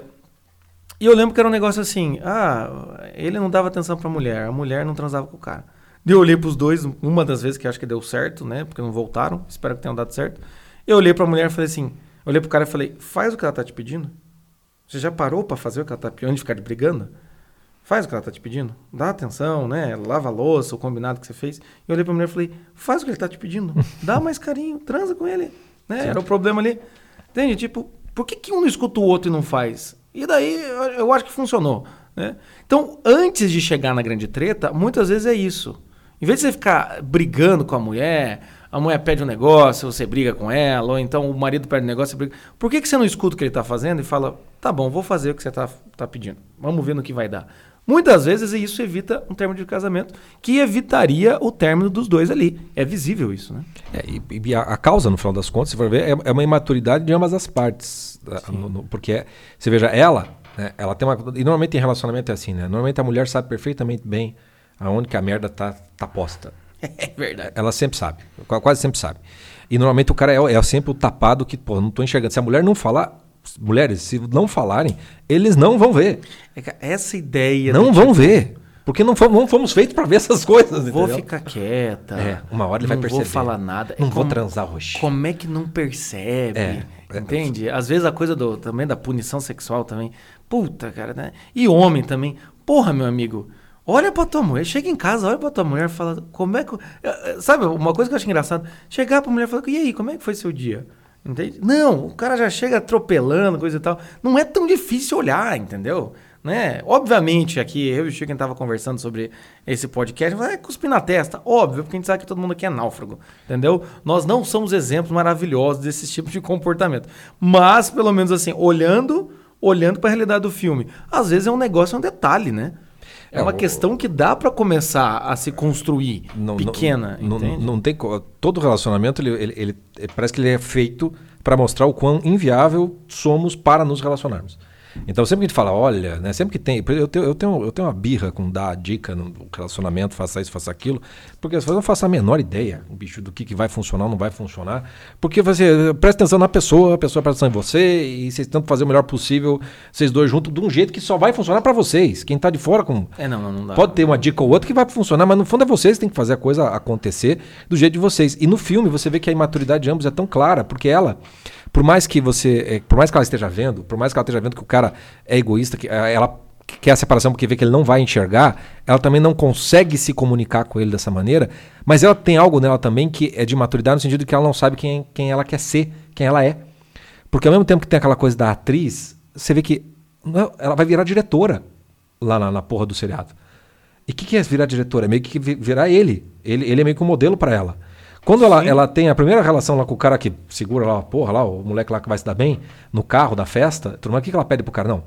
Speaker 1: e eu lembro que era um negócio assim, ah, ele não dava atenção para a mulher, a mulher não transava com o cara. Eu olhei para os dois, uma das vezes que acho que deu certo, né? Porque não voltaram, espero que tenham dado certo. Eu olhei para a mulher e falei assim, olhei para o cara e falei, faz o que ela tá te pedindo? Você já parou para fazer o que ela tá pedindo, de ficar brigando? Faz o que ela tá te pedindo, dá atenção, né? Lava a louça, o combinado que você fez. E eu olhei para a mulher e falei, faz o que ele tá te pedindo, dá mais carinho, transa com ele, né? Era o problema ali. Entende? Tipo, por que, que um não escuta o outro e não faz? E daí eu acho que funcionou, né? Então, antes de chegar na grande treta, muitas vezes é isso. Em vez de você ficar brigando com a mulher, a mulher pede um negócio, você briga com ela, ou então o marido pede um negócio, você briga. Por que, que você não escuta o que ele está fazendo e fala, tá bom, vou fazer o que você está tá pedindo. Vamos ver no que vai dar. Muitas vezes isso evita um término de casamento, que evitaria o término dos dois ali. É visível isso, né? É,
Speaker 2: e, e a, a causa, no final das contas, se for ver, é, é uma imaturidade de ambas as partes. No, no, porque, é, você veja, ela, né, ela tem uma... E normalmente em relacionamento é assim, né? Normalmente a mulher sabe perfeitamente bem aonde que a merda tá, tá posta.
Speaker 1: É verdade.
Speaker 2: Ela sempre sabe, quase sempre sabe. E normalmente o cara é, é sempre o tapado que, pô, não tô enxergando. Se a mulher não falar, mulheres, se não falarem, eles não vão ver.
Speaker 1: É essa ideia...
Speaker 2: Não vão tipo, ver. Porque não fomos, não fomos feitos para ver essas coisas,
Speaker 1: vou
Speaker 2: entendeu?
Speaker 1: Ficar quieta.
Speaker 2: É, uma hora ele vai perceber.
Speaker 1: Não vou falar nada.
Speaker 2: Não
Speaker 1: é
Speaker 2: vou
Speaker 1: como,
Speaker 2: transar roxinho.
Speaker 1: Como é que não percebe? É, entende? É. Às vezes a coisa do, também da punição sexual também. Puta, cara, né? E homem também. Porra, meu amigo... Olha pra tua mulher, chega em casa, olha pra tua mulher e fala, como é que... Sabe, uma coisa que eu acho engraçado, chegar pra mulher e falar, e aí, como é que foi seu dia? Entende? Não, o cara já chega atropelando, coisa e tal. Não é tão difícil olhar, entendeu? Né? Obviamente, aqui, eu e o Chico, a gente tava conversando sobre esse podcast, é cuspir na testa, óbvio, porque a gente sabe que todo mundo aqui é náufrago, entendeu? Nós não somos exemplos maravilhosos desse tipo de comportamento. Mas, pelo menos assim, olhando, olhando pra realidade do filme, às vezes é um negócio, é um detalhe, né? É uma é, questão que dá para começar a se construir não, pequena,
Speaker 2: não,
Speaker 1: entende?
Speaker 2: Não, não tem todo relacionamento ele, ele, ele, ele parece que ele é feito para mostrar o quão inviável somos para nos relacionarmos. Então sempre que a gente fala, olha, né, sempre que tem, eu tenho, eu tenho, eu tenho uma birra com dar dica no relacionamento, faça isso, faça aquilo, porque eu não faço a menor ideia, bicho, do que, que vai funcionar ou não vai funcionar, porque você presta atenção na pessoa, a pessoa presta atenção em você, e vocês tentam fazer o melhor possível, vocês dois juntos, de um jeito que só vai funcionar para vocês. Quem tá de fora com...
Speaker 1: É, não, não, não dá.
Speaker 2: Pode ter uma dica ou outra que vai funcionar, mas no fundo é vocês que tem que fazer a coisa acontecer do jeito de vocês. E no filme você vê que a imaturidade de ambos é tão clara, porque ela... Por mais que você, por mais que ela esteja vendo, por mais que ela esteja vendo que o cara é egoísta, que ela quer a separação porque vê que ele não vai enxergar, ela também não consegue se comunicar com ele dessa maneira, mas ela tem algo nela também que é de maturidade no sentido de que ela não sabe quem, quem ela quer ser, quem ela é. Porque ao mesmo tempo que tem aquela coisa da atriz, você vê que não, ela vai virar diretora lá na, na porra do seriado. E o que, que é virar diretora? É meio que virar ele. Ele, ele é meio que um modelo para ela. Quando ela, ela tem a primeira relação lá com o cara que segura lá, porra, lá, o moleque lá que vai se dar bem, no carro da festa, tudo mais, o que, que ela pede pro cara? Não,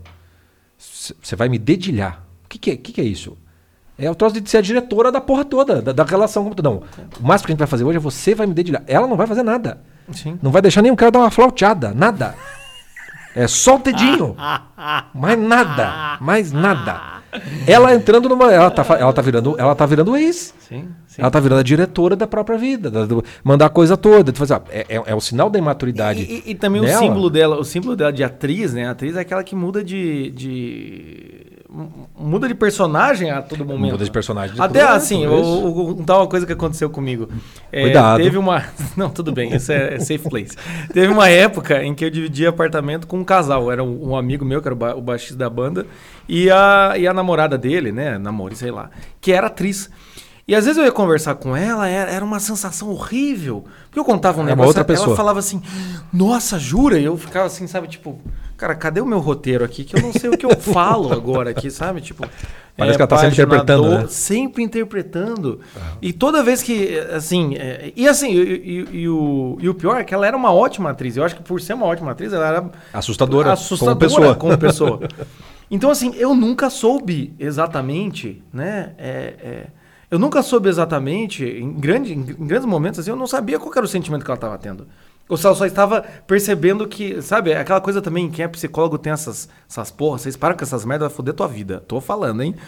Speaker 2: você vai me dedilhar. O que, que, é, que, que é isso? É o troço de ser a diretora da porra toda, da, da relação. Não, o máximo que a gente vai fazer hoje é você vai me dedilhar. Ela não vai fazer nada. Sim. Não vai deixar nem o cara dar uma flauteada, nada. É só o dedinho. Mais nada, mais nada. Ela entrando numa... Ela tá, ela tá, virando, ela tá virando ex. Sim, sim. Ela tá virando a diretora da própria vida. Da, do, mandar a coisa toda. De fazer, ó, é, é, é o sinal da imaturidade.
Speaker 1: E, e, e também dela. o símbolo dela, o símbolo dela de atriz, né? A atriz é aquela que muda de... de... muda de personagem a todo momento.
Speaker 2: Muda de personagem de
Speaker 1: Até assim, um tal uma coisa que aconteceu comigo. É,
Speaker 2: Cuidado.
Speaker 1: Teve uma... Não, tudo bem, isso é, é safe place. Teve uma época em que eu dividi apartamento com um casal. Era um, um amigo meu, que era o, ba o baixista da banda, e a, e a namorada dele, né? Namoro, sei lá, que era atriz. E às vezes eu ia conversar com ela, era, era uma sensação horrível. Porque eu contava um
Speaker 2: é
Speaker 1: negócio,
Speaker 2: outra pessoa.
Speaker 1: Ela falava assim, nossa, jura? E eu ficava assim, sabe, tipo... Cara, cadê o meu roteiro aqui? Que eu não sei o que eu falo agora aqui, sabe? Tipo,
Speaker 2: parece é, que ela tá sempre interpretando, do, né?
Speaker 1: Sempre interpretando. Uhum. E toda vez que, assim... É, e assim, e, e, e, o, e o pior é que ela era uma ótima atriz. Eu acho que por ser uma ótima atriz, ela era...
Speaker 2: Assustadora,
Speaker 1: assustadora
Speaker 2: como pessoa.
Speaker 1: Como pessoa. Então, assim, eu nunca soube exatamente, né? É, é, eu nunca soube exatamente, em, grande, em, em grandes momentos, assim, eu não sabia qual era o sentimento que ela estava tendo. Ou só, só estava percebendo que, sabe, aquela coisa também, quem é psicólogo tem essas, essas porras, vocês param com essas merdas, vai foder tua vida. Tô falando, hein?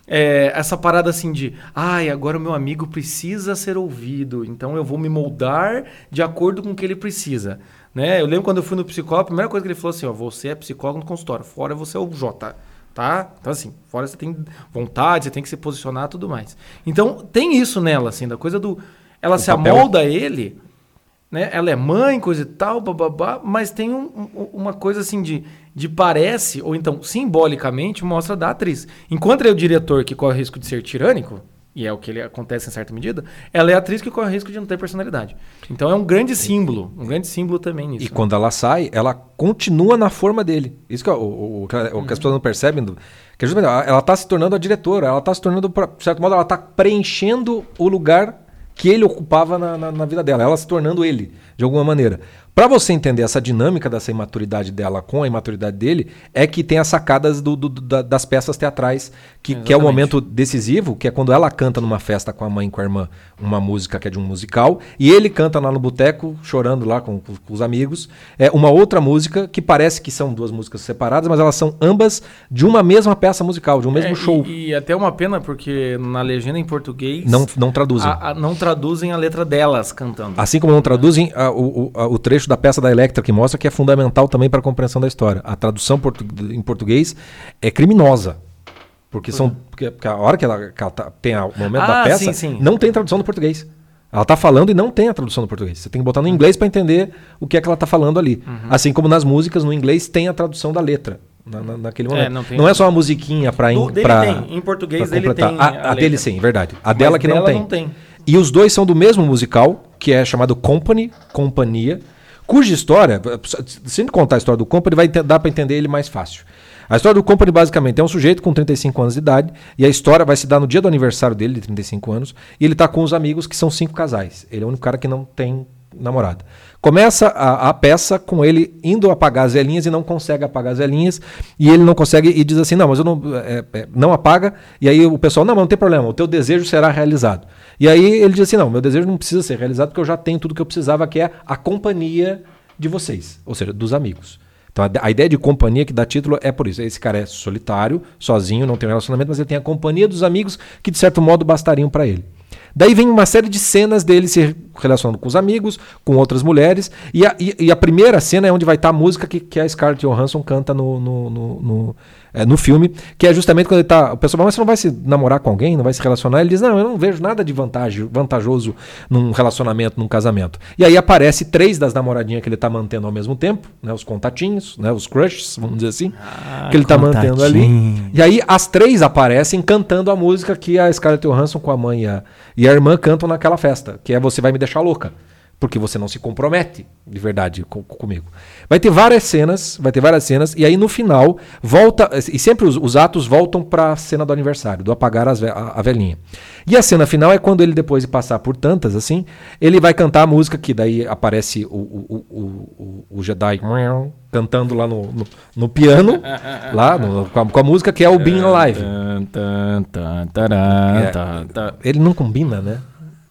Speaker 1: É, essa parada assim de, ai, agora o meu amigo precisa ser ouvido, então eu vou me moldar de acordo com o que ele precisa. Né? Eu lembro quando eu fui no psicólogo, a primeira coisa que ele falou assim, ó, você é psicólogo no consultório, fora você é o J, tá? Então assim, fora você tem vontade, você tem que se posicionar e tudo mais. Então tem isso nela, assim, da coisa do... Ela o se papel. amolda a ele... Né? Ela é mãe, coisa e tal, bababá, mas tem um, um, uma coisa assim de, de parece, ou então simbolicamente, mostra da atriz. Enquanto é o diretor que corre o risco de ser tirânico, e é o que ele acontece em certa medida, ela é a atriz que corre o risco de não ter personalidade. Então é um grande símbolo, um grande símbolo também nisso.
Speaker 2: E né? Quando ela sai, ela continua na forma dele. Isso que, é o, o, o, que, uhum. o que as pessoas não percebem, que é justamente, ela está se tornando a diretora, ela está se tornando, de certo modo, ela está preenchendo o lugar que ele ocupava na, na, na vida dela, ela se tornando ele, de alguma maneira. Para você entender essa dinâmica dessa imaturidade dela com a imaturidade dele, é que tem as sacadas do, do, da, das peças teatrais, que, que é o momento decisivo, que é quando ela canta numa festa com a mãe e com a irmã, uma música que é de um musical, e ele canta lá no boteco, chorando lá com, com, com os amigos, é uma outra música que parece que são duas músicas separadas, mas elas são ambas de uma mesma peça musical, de um mesmo
Speaker 1: é,
Speaker 2: show.
Speaker 1: E, e até uma pena, porque na legenda em português...
Speaker 2: Não, não traduzem.
Speaker 1: A, a, não traduzem a letra delas cantando.
Speaker 2: Assim como não traduzem a, o, a, o trecho da peça da Electra, que mostra que é fundamental também para a compreensão da história. A tradução portu em português é criminosa. Porque, são, porque, porque a hora que ela, que ela tá, tem o momento ah, da peça, sim, sim. não tem tradução no português. Ela está falando e não tem a tradução no português. Você tem que botar no inglês para entender o que é que ela está falando ali. Uhum. Assim como nas músicas, no inglês, tem a tradução da letra. Na, na, naquele momento. É, não,
Speaker 1: não
Speaker 2: é só uma musiquinha para...
Speaker 1: Em português ele tem
Speaker 2: A, a, a dele sim, verdade. A Mas dela que não tem.
Speaker 1: não tem.
Speaker 2: E os dois são do mesmo musical, que é chamado Company, Companhia, cuja história, se ele contar a história do Company, vai dar para entender ele mais fácil. A história do Company, basicamente, é um sujeito com trinta e cinco anos de idade, e a história vai se dar no dia do aniversário dele, de trinta e cinco anos, e ele está com os amigos, que são cinco casais. Ele é o único cara que não tem namorada. Começa a, a peça com ele indo apagar as velhinhas e não consegue apagar as velhinhas, e ele não consegue e diz assim, não, mas eu não, é, é, não apaga, e aí o pessoal, não, mas não tem problema, o teu desejo será realizado. E aí ele diz assim, não, meu desejo não precisa ser realizado porque eu já tenho tudo que eu precisava, que é a companhia de vocês, ou seja, dos amigos. Então a, a ideia de companhia que dá título é por isso. Esse cara é solitário, sozinho, não tem um relacionamento, mas ele tem a companhia dos amigos que de certo modo bastariam para ele. Daí vem uma série de cenas dele se relacionando com os amigos, com outras mulheres, e a, e, e a primeira cena é onde vai estar a música que, que a Scarlett Johansson canta no, no, no, no, é, no filme, que é justamente quando ele está... O pessoal fala, mas você não vai se namorar com alguém, não vai se relacionar? Ele diz, não, eu não vejo nada de vantagem, vantajoso num relacionamento, num casamento. E aí aparece três das namoradinhas que ele está mantendo ao mesmo tempo, né, os contatinhos, né, os crushes, vamos dizer assim, ah, que ele está mantendo ali. E aí as três aparecem cantando a música que a Scarlett Johansson com a mãe e a, e a irmã cantam naquela festa, que é Você Vai Me Deixar Louca. Porque você não se compromete de verdade com, comigo. Vai ter várias cenas, vai ter várias cenas, e aí no final volta, e sempre os, os atos voltam para a cena do aniversário, do apagar as, a, a velhinha. E a cena final é quando ele, depois de passar por tantas, assim, ele vai cantar a música que daí aparece o, o, o, o, o Jedi cantando lá no, no, no piano, lá no, com, a, com a música que é o Being Alive. É, ele não combina, né?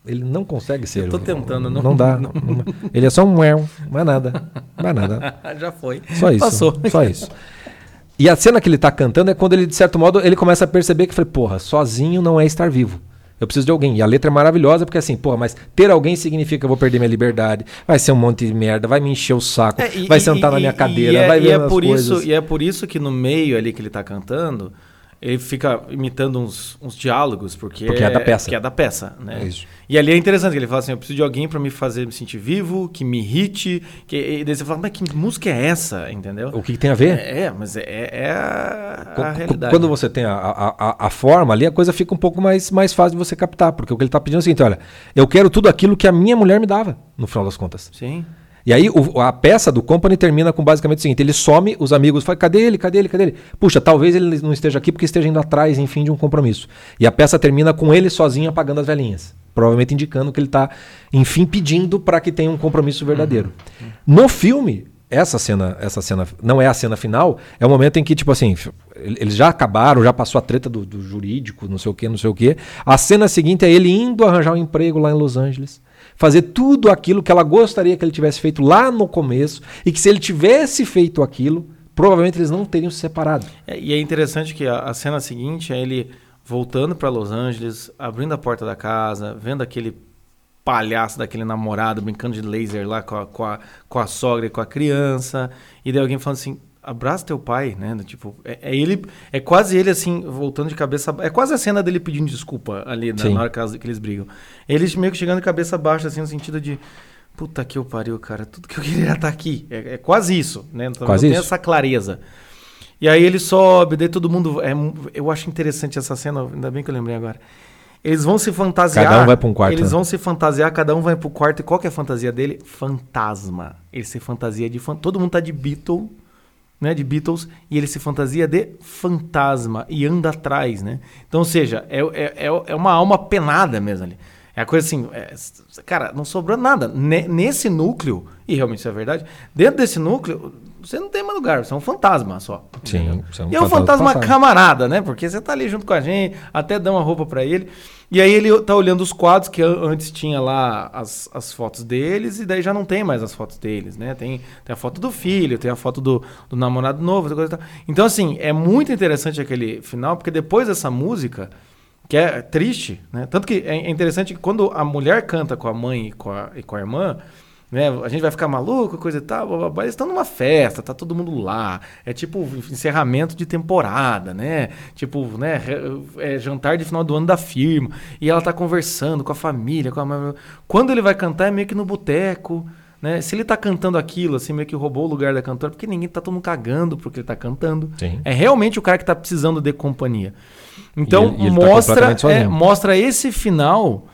Speaker 2: Ele não consegue ser.
Speaker 1: Eu tô tentando, não.
Speaker 2: Não dá. Não, não, ele é só um erro, não é nada. Não é nada.
Speaker 1: Já foi.
Speaker 2: Só isso.
Speaker 1: Passou.
Speaker 2: Só isso. E a cena que ele tá cantando é quando ele, de certo modo, ele começa a perceber que, falei, porra, sozinho não é estar vivo. Eu preciso de alguém. E a letra é maravilhosa porque assim, porra, mas ter alguém significa que eu vou perder minha liberdade, vai ser um monte de merda, vai me encher o saco, é, e, vai sentar e, na minha cadeira, e é, vai ver
Speaker 1: e é
Speaker 2: as
Speaker 1: por
Speaker 2: coisas.
Speaker 1: Isso, e é por isso que no meio ali que ele tá cantando, ele fica imitando uns, uns diálogos, porque,
Speaker 2: porque é, é da peça.
Speaker 1: Porque é da peça, né?
Speaker 2: É isso.
Speaker 1: E ali é interessante, que ele fala assim, eu preciso de alguém pra me fazer me sentir vivo, que me irrite, que, e daí você fala, mas que música é essa, entendeu?
Speaker 2: O que, que tem a ver?
Speaker 1: É, é mas é, é a, a
Speaker 2: C-
Speaker 1: realidade.
Speaker 2: Quando você tem a, a, a, a forma ali, a coisa fica um pouco mais, mais fácil de você captar, porque o que ele tá pedindo é o seguinte, olha, eu quero tudo aquilo que a minha mulher me dava, no final das contas.
Speaker 1: Sim.
Speaker 2: E aí o, a peça do Company termina com basicamente o seguinte, ele some, os amigos falam, cadê ele, cadê ele, cadê ele? Puxa, talvez ele não esteja aqui porque esteja indo atrás, enfim, de um compromisso. E a peça termina com ele sozinho apagando as velhinhas, provavelmente indicando que ele está, enfim, pedindo para que tenha um compromisso verdadeiro. Uhum. No filme, essa cena, essa cena não é a cena final, é o momento em que, tipo assim, eles já acabaram, já passou a treta do, do jurídico, não sei o que, não sei o que. A cena seguinte é ele indo arranjar um emprego lá em Los Angeles, fazer tudo aquilo que ela gostaria que ele tivesse feito lá no começo, e que se ele tivesse feito aquilo, provavelmente eles não teriam se separado.
Speaker 1: É, e é interessante que a, a cena seguinte é ele voltando para Los Angeles, abrindo a porta da casa, vendo aquele palhaço daquele namorado brincando de laser lá com a, com a, com a sogra e com a criança, e daí alguém falando assim, abraça teu pai, né? Tipo, é, é ele, é quase ele assim, voltando de cabeça, é quase a cena dele pedindo desculpa ali, né, na hora que, que eles brigam. Eles meio que chegando de cabeça baixa, assim, no sentido de, puta que eu pariu, cara, tudo que eu queria estar aqui. É, é quase isso, né? Então,
Speaker 2: quase
Speaker 1: eu
Speaker 2: isso.
Speaker 1: tenho essa clareza. E aí ele sobe, daí todo mundo, é, eu acho interessante essa cena, ainda bem que eu lembrei agora. Eles vão se fantasiar.
Speaker 2: Cada um vai para um quarto.
Speaker 1: Eles
Speaker 2: né?
Speaker 1: vão se fantasiar, cada um vai pro quarto. E qual que é a fantasia dele? Fantasma. Ele se fantasia de fantasma. Todo mundo tá de Beatles, né? De Beatles. E ele se fantasia de fantasma. E anda atrás, né? Então, ou seja, é, é, é uma alma penada mesmo ali. É a coisa assim, é, cara, não sobrou nada. N- nesse núcleo, e realmente isso é verdade, dentro desse núcleo, você não tem mais lugar, você é um fantasma só.
Speaker 2: Sim, você é um
Speaker 1: e é um fantasma camarada, né? Porque você tá ali junto com a gente, até dá uma roupa pra ele. E aí ele tá olhando os quadros, que antes tinha lá as, as fotos deles, e daí já não tem mais as fotos deles, né? Tem, tem a foto do filho, tem a foto do, do namorado novo, essa coisa e tal. Então, assim, é muito interessante aquele final, porque depois dessa música, que é triste, né? Tanto que é interessante que quando a mulher canta com a mãe e com a, e com a irmã, né? A gente vai ficar maluco, coisa e tal, blá, blá, blá. Eles estão numa festa, tá todo mundo lá. É tipo encerramento de temporada, né? Tipo, né? É jantar de final do ano da firma. E ela tá conversando com a família, com a... Quando ele vai cantar é meio que no boteco, né? Se ele tá cantando aquilo, assim, meio que roubou o lugar da cantora, porque ninguém tá todo mundo cagando porque ele tá cantando.
Speaker 2: Sim.
Speaker 1: É realmente o cara que tá precisando de companhia. Então,
Speaker 2: e ele, e ele
Speaker 1: mostra,
Speaker 2: tá
Speaker 1: é, mostra esse final,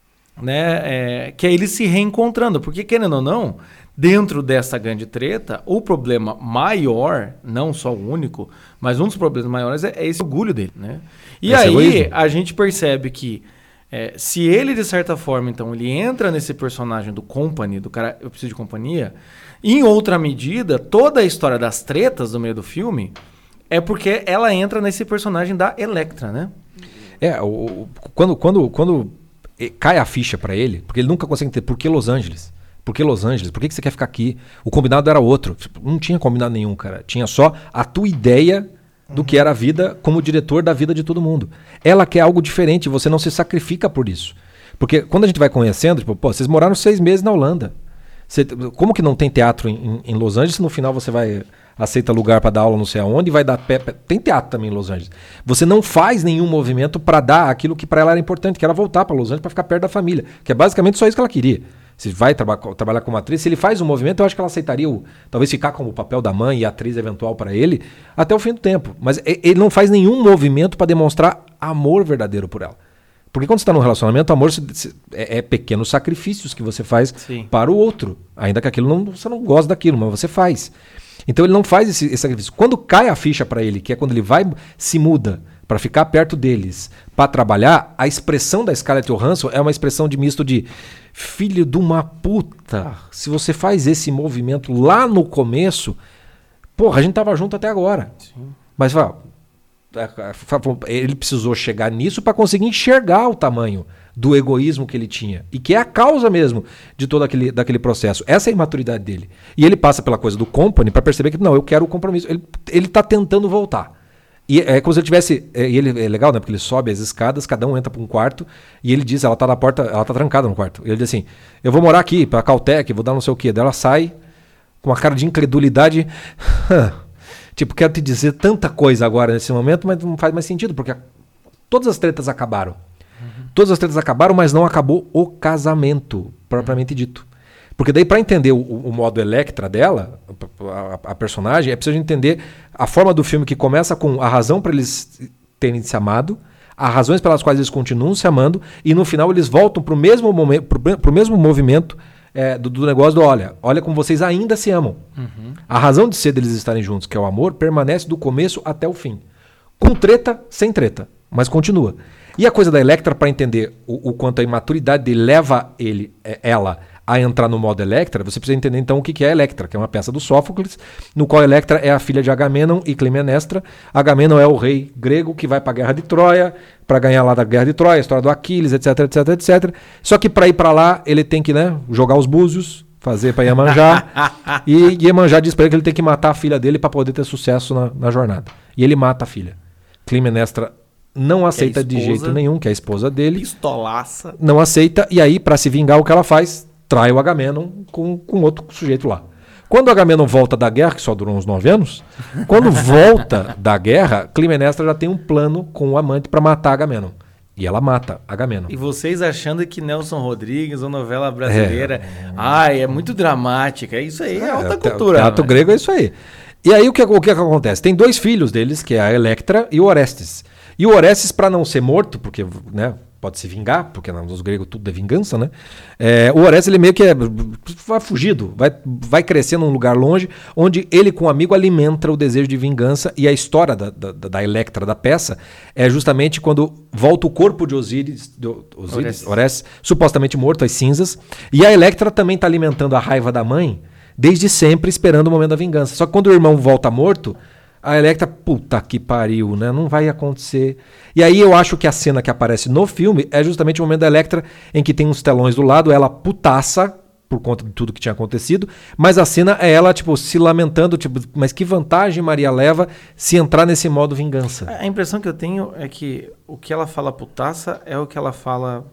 Speaker 1: né, é, que é ele se reencontrando. Porque, querendo ou não, dentro dessa grande treta, o problema maior, não só o único, mas um dos problemas maiores é, é esse orgulho dele. Né? E esse aí egoísmo. A gente percebe que é, se ele, de certa forma, então, ele entra nesse personagem do company, do cara, eu preciso de companhia, em outra medida, toda a história das tretas no meio do filme é porque ela entra nesse personagem da Elektra, né?
Speaker 2: É, o, o, quando, quando, quando cai a ficha pra ele, porque ele nunca consegue entender por que Los Angeles? Por que Los Angeles? Por que, que você quer ficar aqui? O combinado era outro. Não tinha combinado nenhum, cara. Tinha só a tua ideia do uhum. que era a vida como diretor da vida de todo mundo. Ela quer algo diferente, você não se sacrifica por isso. Porque quando a gente vai conhecendo, tipo, pô, vocês moraram seis meses na Holanda. Você, como que não tem teatro em, em Los Angeles? No final você vai... aceita lugar para dar aula não sei aonde e vai dar pé, pé. Tem teatro também em Los Angeles. Você não faz nenhum movimento para dar aquilo que para ela era importante, que era voltar para Los Angeles para ficar perto da família, que é basicamente só isso que ela queria. Se vai traba trabalhar como atriz, se ele faz um movimento, eu acho que ela aceitaria o, talvez ficar como o papel da mãe e atriz eventual para ele até o fim do tempo. Mas ele não faz nenhum movimento para demonstrar amor verdadeiro por ela. Porque quando você está num relacionamento, amor é, é pequenos sacrifícios que você faz Sim. para o outro. Ainda que aquilo não, você não gosta daquilo, mas você faz. Então ele não faz esse, esse sacrifício. Quando cai a ficha para ele, que é quando ele vai, se muda para ficar perto deles, para trabalhar, a expressão da Scarlett Johansson é uma expressão de misto de filho de uma puta. Se você faz esse movimento lá no começo, porra, a gente tava junto até agora. Sim. Mas fala, Ele precisou chegar nisso para conseguir enxergar o tamanho do egoísmo que ele tinha. E que é a causa mesmo de todo aquele, daquele processo. Essa é a imaturidade dele. E ele passa pela coisa do company para perceber que, não, eu quero o compromisso. Ele, ele tá tentando voltar. E é como se ele tivesse... É, e ele, é legal, né? Porque ele sobe as escadas, cada um entra para um quarto, e ele diz, ela tá na porta, ela tá trancada no quarto. E ele diz assim, eu vou morar aqui, pra Caltech, vou dar não sei o quê. Daí ela sai com uma cara de incredulidade. Tipo, quero te dizer tanta coisa agora nesse momento, mas não faz mais sentido, porque a, todas as tretas acabaram. Uhum. Todas as tretas acabaram, mas não acabou o casamento, propriamente dito. Porque daí, para entender o, o modo Electra dela, a, a personagem, é preciso entender a forma do filme que começa com a razão para eles terem se amado, as razões pelas quais eles continuam se amando, e no final eles voltam para o mesmo, momento, pro, pro mesmo movimento é, do, do negócio do olha, olha como vocês ainda se amam. Uhum. A razão de ser deles estarem juntos, que é o amor, permanece do começo até o fim. Com treta, sem treta, mas continua. E a coisa da Electra, para entender o, o quanto a imaturidade dele leva ele, ela a entrar no modo Electra, você precisa entender então o que é a Electra, que é uma peça do Sófocles, no qual a Electra é a filha de Agamenon e Climenestra. Agamenon é o rei grego que vai para a guerra de Troia, para ganhar lá da guerra de Troia, a história do Aquiles, etc, etc, etcétera. Só que para ir para lá, ele tem que, né, jogar os búzios, fazer para Iemanjá, e Iemanjá diz para ele que ele tem que matar a filha dele para poder ter sucesso na, na jornada. E ele mata a filha. Climenestra não aceita é de jeito nenhum, que é a esposa dele.
Speaker 1: Pistolaça.
Speaker 2: Não aceita, e aí, para se vingar, o que ela faz? Trai o Agamenon com, com outro sujeito lá. Quando o Agamenon volta da guerra, que só durou uns nove anos, quando volta da guerra, Climenestra já tem um plano com o amante para matar Agamenon. E ela mata Agamenon.
Speaker 1: E vocês achando que Nelson Rodrigues, ou novela brasileira, é, ai, é muito dramática. É isso aí, é, é alta cultura.
Speaker 2: O teatro grego é isso aí. E aí o que, o que acontece? Tem dois filhos deles, que é a Electra e o Orestes. E o Orestes, para não ser morto, porque, né, pode se vingar, porque nos gregos tudo é vingança, né? É, o Orestes, ele meio que é, vai fugido, vai, vai crescer num lugar longe, onde ele com um amigo alimenta o desejo de vingança, e a história da, da, da Electra, da peça, é justamente quando volta o corpo de Osíris, de Osíris Orestes. Orestes, supostamente morto, às cinzas, e a Electra também está alimentando a raiva da mãe, desde sempre esperando o momento da vingança. Só que quando o irmão volta morto, a Electra, puta que pariu, né? Não vai acontecer. E aí eu acho que a cena que aparece no filme é justamente o momento da Electra em que tem uns telões do lado, ela putaça por conta de tudo que tinha acontecido, mas a cena é ela, tipo, se lamentando, tipo, mas que vantagem Maria leva se entrar nesse modo vingança?
Speaker 1: A impressão que eu tenho é que o que ela fala putaça é o que ela fala...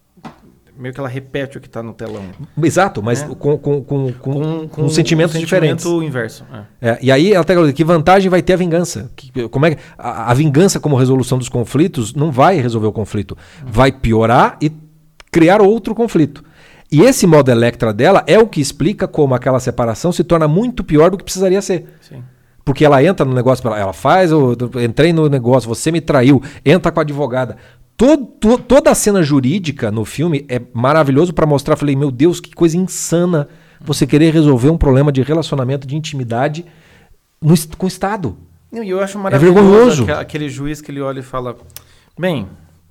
Speaker 1: meio que ela repete o que está no telão.
Speaker 2: Exato, mas é. com, com, com, com, com, com sentimentos um diferentes.
Speaker 1: Sentimento inverso. É.
Speaker 2: É, e aí ela tem que vantagem vai ter a vingança? Que, como é que, a, a vingança como resolução dos conflitos não vai resolver o conflito. Uhum. Vai piorar e criar outro conflito. E esse modo Electra dela é o que explica como aquela separação se torna muito pior do que precisaria ser. Sim. Porque ela entra no negócio, ela faz, eu entrei no negócio, você me traiu, entra com a advogada. Todo, to, toda a cena jurídica no filme é maravilhoso para mostrar. Falei, meu Deus, que coisa insana você querer resolver um problema de relacionamento, de intimidade no, com o Estado.
Speaker 1: E eu acho maravilhoso é vergonhoso. Aquele juiz que ele olha e fala, bem,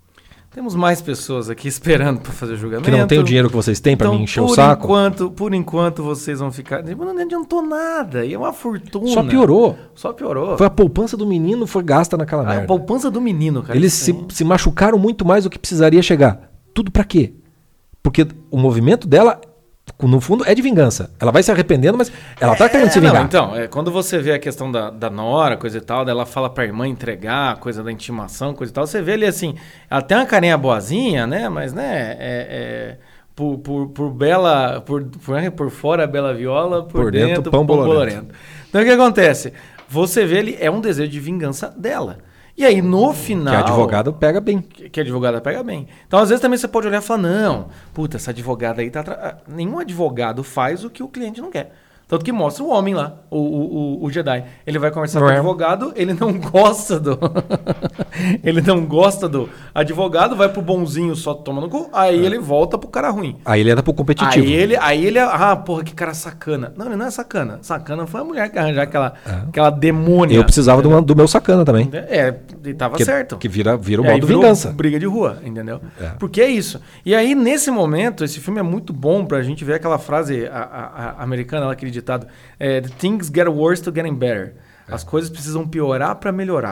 Speaker 1: temos mais pessoas aqui esperando para fazer o julgamento.
Speaker 2: Que não tem o dinheiro que vocês têm para então, me encher o saco.
Speaker 1: Enquanto, por enquanto vocês vão ficar... Não adiantou nada, e é uma fortuna.
Speaker 2: Só piorou.
Speaker 1: Só piorou.
Speaker 2: Foi a poupança do menino, foi gasta naquela ah, merda.
Speaker 1: A poupança do menino, cara.
Speaker 2: Eles se, se machucaram muito mais do que precisaria chegar. Tudo para quê? Porque o movimento dela... no fundo, é de vingança. Ela vai se arrependendo, mas ela tá querendo é, se vingar.
Speaker 1: Não, então, é, quando você vê a questão da, da nora, coisa e tal, dela fala pra irmã entregar, coisa da intimação, coisa e tal, você vê ali assim, ela tem uma carinha boazinha, né? Mas, né, é, é, por, por, por bela, por, por, por fora bela viola, por, por dentro, dentro pão, pão bolorento. Então, o que acontece? Você vê ali, é um desejo de vingança dela. E aí, no final...
Speaker 2: Que a advogada pega bem.
Speaker 1: Que, que a advogada pega bem. Então, às vezes, também você pode olhar e falar, não, puta, essa advogada aí tá... Tra... Nenhum advogado faz o que o cliente não quer. Tanto que mostra o homem lá, o, o, o Jedi. Ele vai conversar não com o é. advogado, ele não gosta do... ele não gosta do advogado, vai pro bonzinho só toma no cu, aí é. ele volta pro cara ruim.
Speaker 2: Aí ele entra pro competitivo.
Speaker 1: Aí ele, aí ele... Ah, porra, que cara sacana. Não, ele não é sacana. Sacana foi a mulher que arranjar aquela, é. aquela demônia.
Speaker 2: Eu precisava do, do meu sacana também.
Speaker 1: É, e tava
Speaker 2: que,
Speaker 1: certo.
Speaker 2: Que vira, vira o modo vingança.
Speaker 1: Briga de rua, entendeu? É. Porque é isso. E aí, nesse momento, esse filme é muito bom pra gente ver aquela frase a, a, a americana, aquele ditado... É, the things get worse to getting better. É. As coisas precisam piorar para melhorar.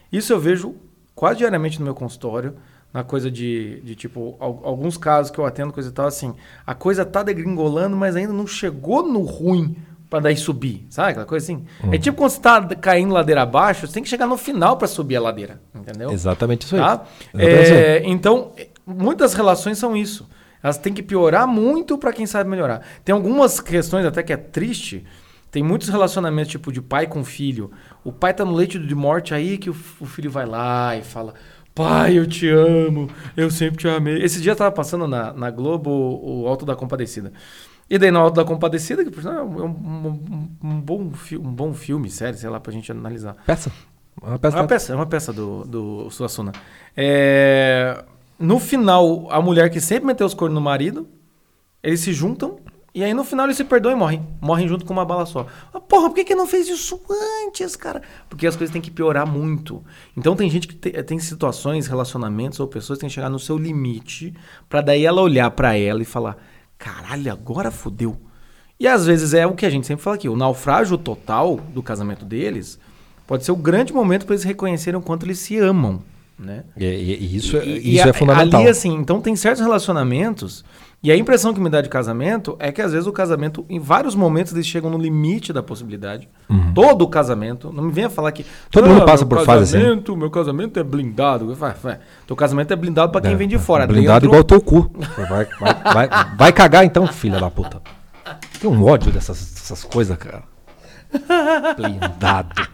Speaker 1: Isso eu vejo quase diariamente no meu consultório, na coisa de, de tipo, al- alguns casos que eu atendo, coisa e tal, assim, a coisa tá degringolando, mas ainda não chegou no ruim pra daí subir, sabe? Aquela coisa assim.
Speaker 2: Uhum.
Speaker 1: É tipo quando você tá caindo ladeira abaixo, você tem que chegar no final pra subir a ladeira, entendeu?
Speaker 2: Exatamente isso aí.
Speaker 1: Tá?
Speaker 2: Exatamente isso aí.
Speaker 1: É, então, muitas relações são isso. Elas têm que piorar muito pra quem sabe melhorar. Tem algumas questões até que é triste. Tem muitos relacionamentos, tipo, de pai com filho. O pai tá no leito de morte, aí que o, o filho vai lá e fala: pai, eu te amo, eu sempre te amei. Esse dia tava passando na, na Globo o, o Alto da Compadecida. E daí no Alto da Compadecida, que por sinal é um, um, um, bom, fi, um bom filme, sério, sei lá, pra gente analisar.
Speaker 2: Peça. Uma peça.
Speaker 1: É uma peça, é uma peça do, do Suassuna. É, no final, a mulher que sempre meteu os cornos no marido, eles se juntam. E aí no final eles se perdoam e morrem. Morrem junto com uma bala só. Ah, porra, por que que não fez isso antes, cara? Porque as coisas têm que piorar muito. Então tem gente que te, tem situações, relacionamentos ou pessoas que têm que chegar no seu limite pra daí ela olhar pra ela e falar: caralho, agora fodeu. E às vezes é o que a gente sempre fala aqui. O naufrágio total do casamento deles pode ser o grande momento pra eles reconhecerem o quanto eles se amam, né?
Speaker 2: E, e- e isso, é,
Speaker 1: E-
Speaker 2: isso
Speaker 1: e
Speaker 2: é
Speaker 1: a-
Speaker 2: fundamental.
Speaker 1: Ali, assim, então tem certos relacionamentos, e a impressão que me dá de casamento é que às vezes o casamento, em vários momentos, eles chegam no limite da possibilidade. Todo o casamento, não me venha falar que...
Speaker 2: Uhum. Todo mundo passa
Speaker 1: meu
Speaker 2: por fase assim.
Speaker 1: casamento, Meu casamento é blindado. Vai, vai. Teu casamento é blindado pra quem vem de fora.
Speaker 2: Blindado
Speaker 1: Dentro-
Speaker 2: igual o teu cu. Vai, vai, vai, vai cagar então, filha da puta. Tem um ódio dessas, dessas coisas, cara. Blindado.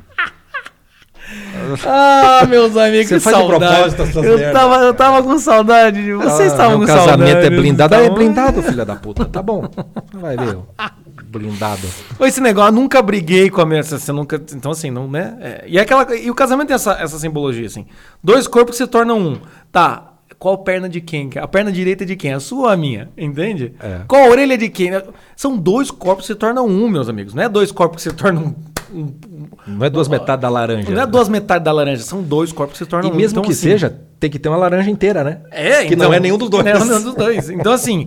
Speaker 1: Ah, meus amigos,
Speaker 2: Você
Speaker 1: que
Speaker 2: faz de
Speaker 1: saudade.
Speaker 2: propósito essas
Speaker 1: eu,
Speaker 2: merda.
Speaker 1: tava, eu tava com saudade de vocês.
Speaker 2: Ah,
Speaker 1: estavam
Speaker 2: meu
Speaker 1: com saudade.
Speaker 2: casamento é blindado. Ah, é
Speaker 1: então.
Speaker 2: blindado, filha da puta. Tá bom. Vai ver. ó. Blindado.
Speaker 1: Esse negócio, eu nunca briguei com a minha. Você nunca. Então, assim, não, né? É, e, aquela, e o casamento tem essa, essa simbologia, assim. Dois corpos se tornam um. Tá. Qual perna de quem? A perna direita de quem? A sua ou a minha? Entende?
Speaker 2: É.
Speaker 1: Qual a orelha de quem? São dois corpos que se tornam um, meus amigos. Não é dois corpos que se tornam um. um
Speaker 2: Não é duas metades da laranja.
Speaker 1: não é duas metades da laranja, são dois corpos que se tornam
Speaker 2: E
Speaker 1: um.
Speaker 2: mesmo
Speaker 1: Então,
Speaker 2: que
Speaker 1: assim,
Speaker 2: seja, tem que ter uma laranja inteira, né?
Speaker 1: É,
Speaker 2: que
Speaker 1: então,
Speaker 2: não é nenhum dos dois.
Speaker 1: Não é nenhum dos dois. Então, assim,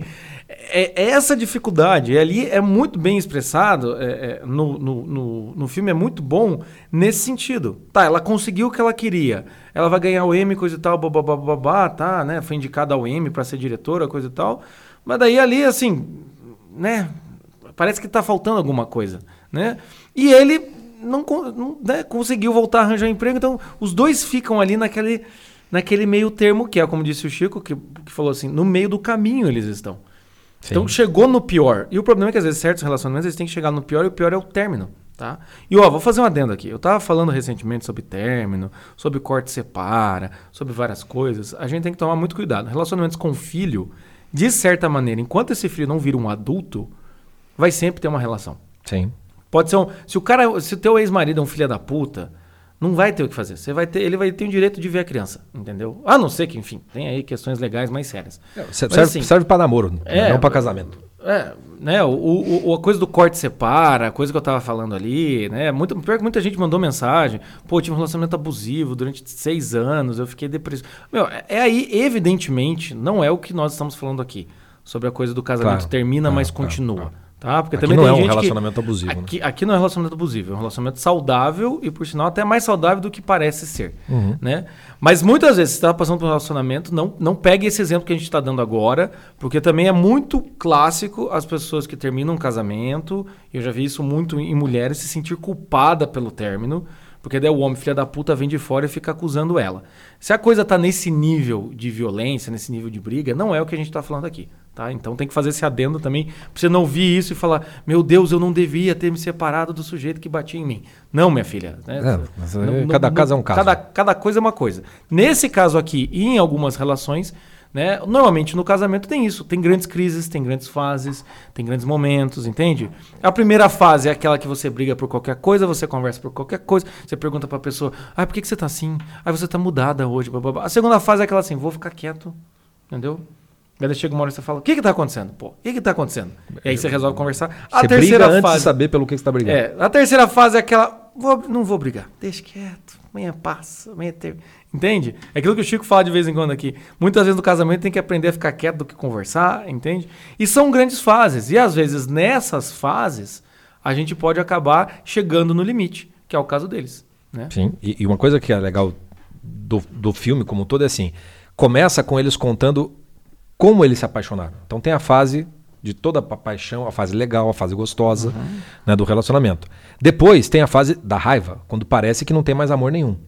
Speaker 1: é, é essa dificuldade. E ali é muito bem expressado. É, é, no, no, no, no filme é muito bom nesse sentido. Tá, ela conseguiu o que ela queria. Ela vai ganhar o Emmy, coisa e tal, babá, babá, tá, né? Foi indicada ao Emmy pra ser diretora, coisa e tal. Mas daí ali, assim, né? Parece que tá faltando alguma coisa, né? E ele não, con- não, né, conseguiu voltar a arranjar emprego. Então, os dois ficam ali naquele, naquele meio termo, que é, como disse o Chico, que, que falou assim, no meio do caminho eles estão.
Speaker 2: Sim.
Speaker 1: Então, chegou no pior. E o problema é que, às vezes, certos relacionamentos, eles têm que chegar no pior, e o pior é o término, tá? E, ó, vou fazer um adendo aqui. Eu tava falando recentemente sobre término, sobre corte separa, sobre várias coisas. A gente tem que tomar muito cuidado. Relacionamentos com filho, de certa maneira, enquanto esse filho não vira um adulto, vai sempre ter uma relação.
Speaker 2: Sim.
Speaker 1: Pode ser um, se o cara, se o teu ex-marido é um filho da puta, não vai ter o que fazer. Você vai ter, ele vai ter o direito de ver a criança, entendeu? A não ser que, enfim, tem aí questões legais mais sérias.
Speaker 2: Serve,
Speaker 1: Mas, assim,
Speaker 2: serve pra namoro,
Speaker 1: é,
Speaker 2: não pra casamento.
Speaker 1: É, né, o, o, o- a coisa do corte separa, a coisa que eu tava falando ali, né, muito, pior que muita gente mandou mensagem, pô, eu tive um relacionamento abusivo durante seis anos, eu fiquei depressivo. Meu, é, é aí, evidentemente, não é o que nós estamos falando aqui, sobre a coisa do casamento
Speaker 2: Claro.
Speaker 1: termina,
Speaker 2: Ah,
Speaker 1: mas
Speaker 2: tá,
Speaker 1: continua.
Speaker 2: tá.
Speaker 1: Tá? Porque
Speaker 2: Aqui
Speaker 1: também
Speaker 2: não
Speaker 1: tem
Speaker 2: é um
Speaker 1: gente que-
Speaker 2: relacionamento abusivo, né?
Speaker 1: Aqui, aqui não é um relacionamento abusivo, é um relacionamento saudável e, por sinal, até mais saudável do que parece ser.
Speaker 2: Uhum.
Speaker 1: Né? Mas muitas vezes, se você está passando por um relacionamento, não, não pegue esse exemplo que a gente está dando agora, porque também é muito clássico as pessoas que terminam um casamento, eu já vi isso muito em mulheres, se sentir culpada pelo término, porque daí o homem, filha da puta, vem de fora e fica acusando ela. Se a coisa tá nesse nível de violência, nesse nível de briga, não é o que a gente tá falando aqui, tá? Então tem que fazer esse adendo também, pra você não ouvir isso e falar, meu Deus, eu não devia ter me separado do sujeito que batia em mim. Não, minha filha. Né?
Speaker 2: É, mas aí cada caso é um caso.
Speaker 1: Cada, cada coisa é uma coisa. Nesse caso aqui e em algumas relações, né, normalmente no casamento tem isso. Tem grandes crises, tem grandes fases, tem grandes momentos, entende? A primeira fase é aquela que você briga por qualquer coisa, você conversa por qualquer coisa, você pergunta pra pessoa, ah, por que, que você tá assim? Ah, você tá mudada hoje. Blá, blá, blá. A segunda fase é aquela assim, vou ficar quieto, entendeu? E aí chega uma hora e você fala, o que que tá acontecendo? Pô, o que que tá acontecendo? E aí você resolve conversar. A
Speaker 2: Você
Speaker 1: terceira
Speaker 2: briga antes
Speaker 1: fase...
Speaker 2: de saber pelo que você tá brigando.
Speaker 1: É, a terceira fase é aquela, vou, não vou brigar, deixa quieto, amanhã passa, amanhã tem... Entende? É aquilo que o Chico fala de vez em quando aqui. Muitas vezes no casamento tem que aprender a ficar quieto do que conversar, entende? E são grandes fases. E às vezes nessas fases a gente pode acabar chegando no limite, que é o caso deles, né?
Speaker 2: Sim, e, e uma coisa que é legal do, do filme como um todo é assim. Começa com eles contando como eles se apaixonaram. Então tem a fase de toda a paixão, a fase legal, a fase gostosa, uhum. né, do relacionamento. Depois tem a fase da raiva, quando parece que não tem mais amor nenhum.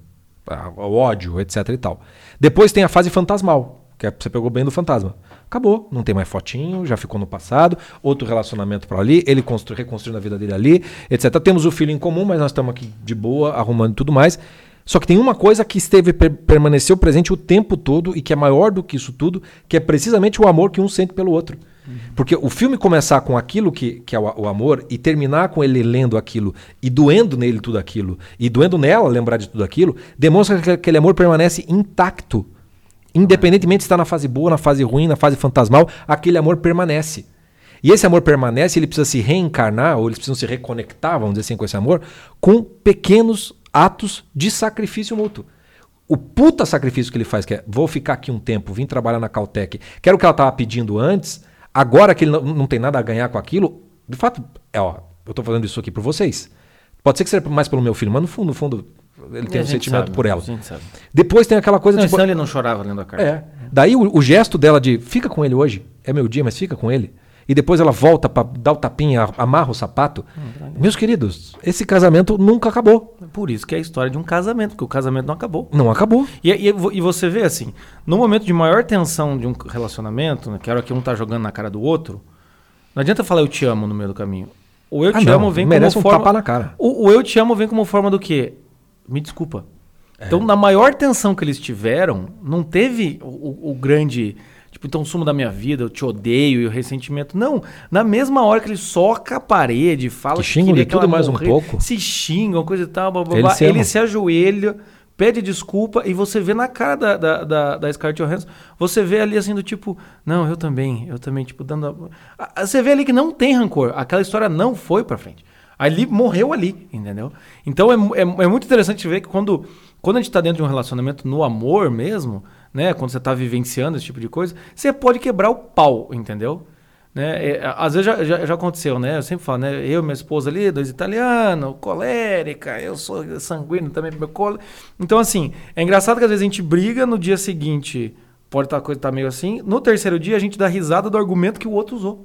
Speaker 2: O ódio, etc e tal. Depois tem a fase fantasmal, que é, você pegou bem do fantasma. Acabou, não tem mais fotinho, já ficou no passado, outro relacionamento para ali, ele constru, reconstruindo a vida dele ali, etcétera. Temos o filho em comum, mas nós estamos aqui de boa, arrumando tudo mais. Só que tem uma coisa que esteve permaneceu presente o tempo todo e que é maior do que isso tudo, que é precisamente o amor que um sente pelo outro. Uhum. Porque o filme começar com aquilo que, que é o, o amor e terminar com ele lendo aquilo e doendo nele tudo aquilo e doendo nela lembrar de tudo aquilo, demonstra que aquele amor permanece intacto. Independentemente se está na fase boa, na fase ruim, na fase fantasmal, aquele amor permanece. E esse amor permanece, ele precisa se reencarnar, ou eles precisam se reconectar, vamos dizer assim, com esse amor, com pequenos atos de sacrifício mútuo. O puta sacrifício que ele faz, que é, vou ficar aqui um tempo, vim trabalhar na Caltech, quero o que ela estava pedindo antes, agora que ele não, não tem nada a ganhar com aquilo, de fato, é, ó, eu estou fazendo isso aqui por vocês. Pode ser que seja mais pelo meu filho, mas no fundo, no fundo ele tem um sentimento
Speaker 1: sabe,
Speaker 2: por ela.
Speaker 1: A gente sabe.
Speaker 2: Depois tem aquela coisa...
Speaker 1: Não,
Speaker 2: tipo,
Speaker 1: senão ele não chorava lendo a carta.
Speaker 2: É. Daí o, o gesto dela de, fica com ele hoje, é meu dia, mas fica com ele. E depois ela volta para dar o tapinha, amarra o sapato. Hum, Meus queridos, esse casamento nunca acabou.
Speaker 1: Por isso que é a história de um casamento, porque o casamento não acabou.
Speaker 2: Não acabou.
Speaker 1: E, e, e você vê assim, no momento de maior tensão de um relacionamento, né, que era que um tá jogando na cara do outro, não adianta falar eu te amo no meio do caminho. O eu ah, te não, amo vem
Speaker 2: merece
Speaker 1: como
Speaker 2: um
Speaker 1: forma...
Speaker 2: tapa na cara.
Speaker 1: O, o eu te amo vem como forma do quê? Me desculpa. É. Então, na maior tensão que eles tiveram, não teve o, o, o grande... Tipo, então sumo da minha vida, eu te odeio e o ressentimento. Não, na mesma hora que ele soca a parede, fala
Speaker 2: que xingam de tudo mais
Speaker 1: morrer,
Speaker 2: um pouco.
Speaker 1: Se xingam, coisa e tal, blá, blá,
Speaker 2: ele,
Speaker 1: blá,
Speaker 2: se,
Speaker 1: ele se ajoelha, pede desculpa e você vê na cara da, da, da, da Scarlett Johansson, você vê ali assim do tipo, não, eu também, eu também, tipo, dando... A... Você vê ali que não tem rancor, aquela história não foi pra frente. Ali, morreu ali, entendeu? Então é, é, é muito interessante ver que quando, quando a gente tá dentro de um relacionamento no amor mesmo... Né? Quando você está vivenciando esse tipo de coisa, você pode quebrar o pau, entendeu? Né? É, às vezes já, já, já aconteceu, né? Eu sempre falo, né? Eu e minha esposa ali, dois italianos, colérica, eu sou sanguíneo também pro meu colo. Então, assim, é engraçado que às vezes a gente briga, no dia seguinte pode estar tá, a coisa tá meio assim, no terceiro dia a gente dá risada do argumento que o outro usou.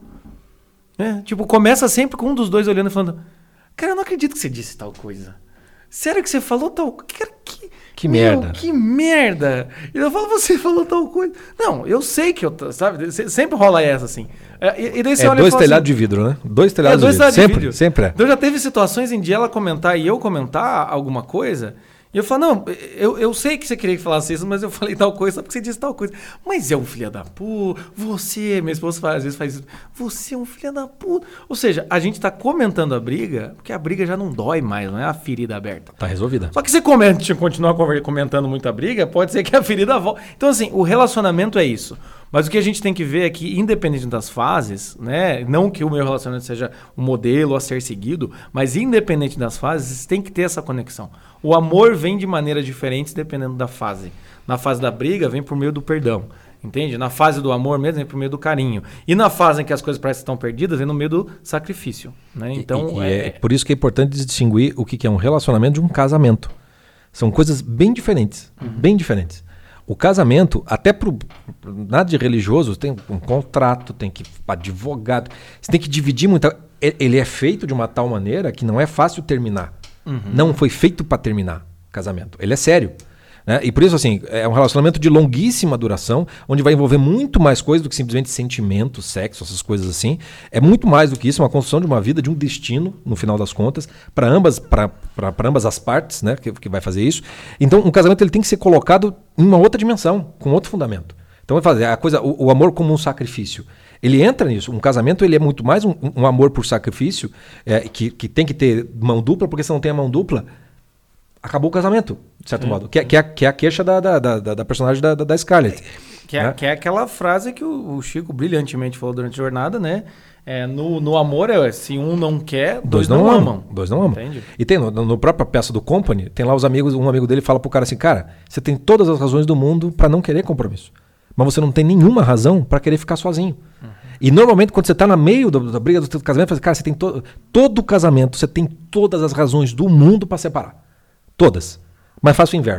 Speaker 1: Né? Tipo, começa sempre com um dos dois olhando e falando, cara, eu não acredito que você disse tal coisa. Sério que você falou tal coisa? Que,
Speaker 2: que
Speaker 1: meu,
Speaker 2: merda.
Speaker 1: Que merda. E eu falo, você falou tal coisa. Não, eu sei que eu... Sabe? Sempre rola essa, assim. E, e daí você
Speaker 2: é
Speaker 1: olha
Speaker 2: dois telhados
Speaker 1: assim,
Speaker 2: de vidro, né? Dois telhados
Speaker 1: é, dois
Speaker 2: de vidro.
Speaker 1: Telhados
Speaker 2: Sempre,
Speaker 1: de vidro.
Speaker 2: sempre é.
Speaker 1: Então já teve situações em de ela comentar e eu comentar alguma coisa... E eu falo, não, eu, eu sei que você queria que falasse isso, mas eu falei tal coisa só porque você disse tal coisa. Mas é um filho da puta, você, minha esposa faz, às vezes faz isso, você é um filho da puta. Ou seja, a gente tá comentando a briga, porque a briga já não dói mais, não é a ferida aberta.
Speaker 2: Tá resolvida.
Speaker 1: Só que se comenta, continuar comentando muito a briga, pode ser que a ferida volte. Então assim, o relacionamento é isso. Mas o que a gente tem que ver é que, independente das fases, né, não que o meu relacionamento seja um modelo a ser seguido, mas independente das fases, tem que ter essa conexão. O amor vem de maneiras diferentes dependendo da fase. Na fase da briga, vem por meio do perdão. Entende? Na fase do amor mesmo, vem por meio do carinho. E na fase em que as coisas parecem que estão perdidas, vem no meio do sacrifício. Né? Então,
Speaker 2: e, e
Speaker 1: é...
Speaker 2: é por isso que é importante distinguir o que é um relacionamento de um casamento. São coisas bem diferentes. Uhum. Bem diferentes. O casamento, até pro, pro nada de religioso, tem um contrato, tem que advogado, você tem que dividir muito. Ele é feito de uma tal maneira que não é fácil terminar. Uhum. Não foi feito para terminar o casamento. Ele é sério. Né? E por isso, assim, é um relacionamento de longuíssima duração, onde vai envolver muito mais coisa do que simplesmente sentimento, sexo, essas coisas assim. É muito mais do que isso, uma construção de uma vida, de um destino, no final das contas, para ambas, para ambas as partes, né, que, que vai fazer isso. Então, um casamento ele tem que ser colocado em uma outra dimensão, com outro fundamento. Então, vai fazer a coisa, o, o amor como um sacrifício. Ele entra nisso. Um casamento ele é muito mais um, um amor por sacrifício, é, que, que tem que ter mão dupla, porque se não tem a mão dupla, acabou o casamento, de certo Sim. modo. Que, que, é, que é a queixa da, da, da, da personagem da, da Scarlett.
Speaker 1: Que é, né? que é aquela frase que o, o Chico brilhantemente falou durante a jornada, né? É, no, no amor, é, se um não quer, dois, dois não, não amam. amam.
Speaker 2: Dois não amam.
Speaker 1: Entende?
Speaker 2: E tem, no, no própria peça do Company, tem lá os amigos, um amigo dele fala pro cara assim, cara, você tem todas as razões do mundo para não querer compromisso. Mas você não tem nenhuma razão para querer ficar sozinho. Uhum. E normalmente quando você está no meio da, da briga do teu casamento, você fala, cara, você tem to, todo o casamento, você tem todas as razões do mundo para separar. Todas. Mas faça o inverso.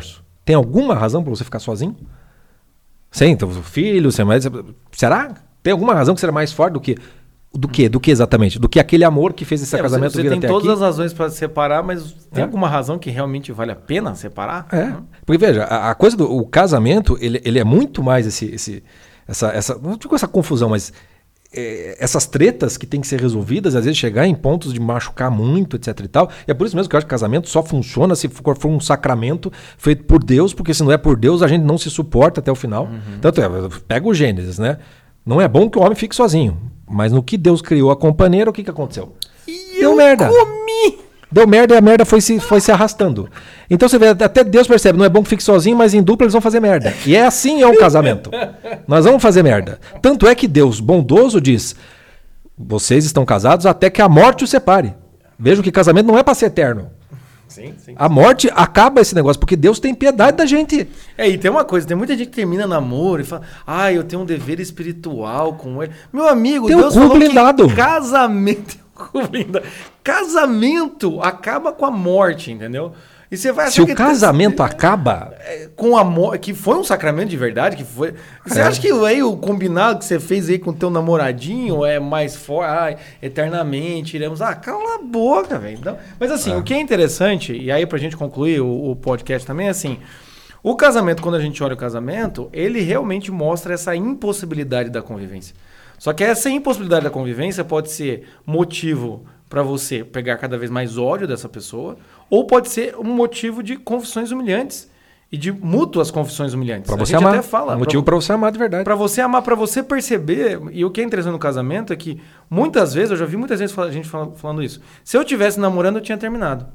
Speaker 2: Tem alguma razão para você ficar sozinho? Sem então, filho, sem mais... Será? Tem alguma razão que será mais forte do que... Do que? Do que exatamente? Do que aquele amor que fez esse é, casamento
Speaker 1: você, você
Speaker 2: vir até aqui?
Speaker 1: tem todas as razões para separar, mas tem é. alguma razão que realmente vale a pena separar?
Speaker 2: É. Porque veja, a, a coisa do o casamento, ele, ele é muito mais esse... esse essa, essa, não digo essa confusão, mas... É, essas tretas que tem que ser resolvidas, às vezes chegar em pontos de machucar muito, etc e tal. E é por isso mesmo que eu acho que casamento só funciona se for, for um sacramento feito por Deus, porque se não é por Deus, a gente não se suporta até o final. Uhum. Tanto é, pega o Gênesis, né? Não é bom que o homem fique sozinho, mas no que Deus criou a companheira, o que, que aconteceu?
Speaker 1: E Deu eu merda. Comi.
Speaker 2: Deu merda e a merda foi se, foi se arrastando. Então você vê, até Deus percebe, não é bom que fique sozinho, mas em dupla eles vão fazer merda. E é assim é um casamento. Nós vamos fazer merda. Tanto é que Deus, bondoso, diz, vocês estão casados até que a morte os separe. Vejam que casamento não é para ser eterno.
Speaker 1: Sim, sim,
Speaker 2: a morte acaba esse negócio, porque Deus tem piedade da gente.
Speaker 1: É, e tem uma coisa, tem muita gente que termina namoro e fala, ah, eu tenho um dever espiritual com ele. Meu amigo,
Speaker 2: tem
Speaker 1: Deus
Speaker 2: um
Speaker 1: falou
Speaker 2: blindado.
Speaker 1: que casamento... Casamento acaba com a morte, entendeu? E você vai
Speaker 2: Se o casamento tem... acaba
Speaker 1: com a morte, que foi um sacramento de verdade, que foi. Você é. acha que aí o combinado que você fez aí com o teu namoradinho é mais forte, ah, eternamente iremos, ah, cala a boca, velho. Então, mas assim, é. o que é interessante e aí pra gente concluir o, o podcast também é assim, o casamento, quando a gente olha o casamento, ele realmente mostra essa impossibilidade da convivência. Só que essa impossibilidade da convivência pode ser motivo para você pegar cada vez mais ódio dessa pessoa, ou pode ser um motivo de confissões humilhantes e de mútuas confissões humilhantes.
Speaker 2: Para você amar. Até fala, um motivo para você amar de verdade.
Speaker 1: Para você amar, para você perceber. E o que é interessante no casamento é que muitas vezes, eu já vi muitas vezes a gente falando isso, se eu tivesse namorando, eu tinha terminado.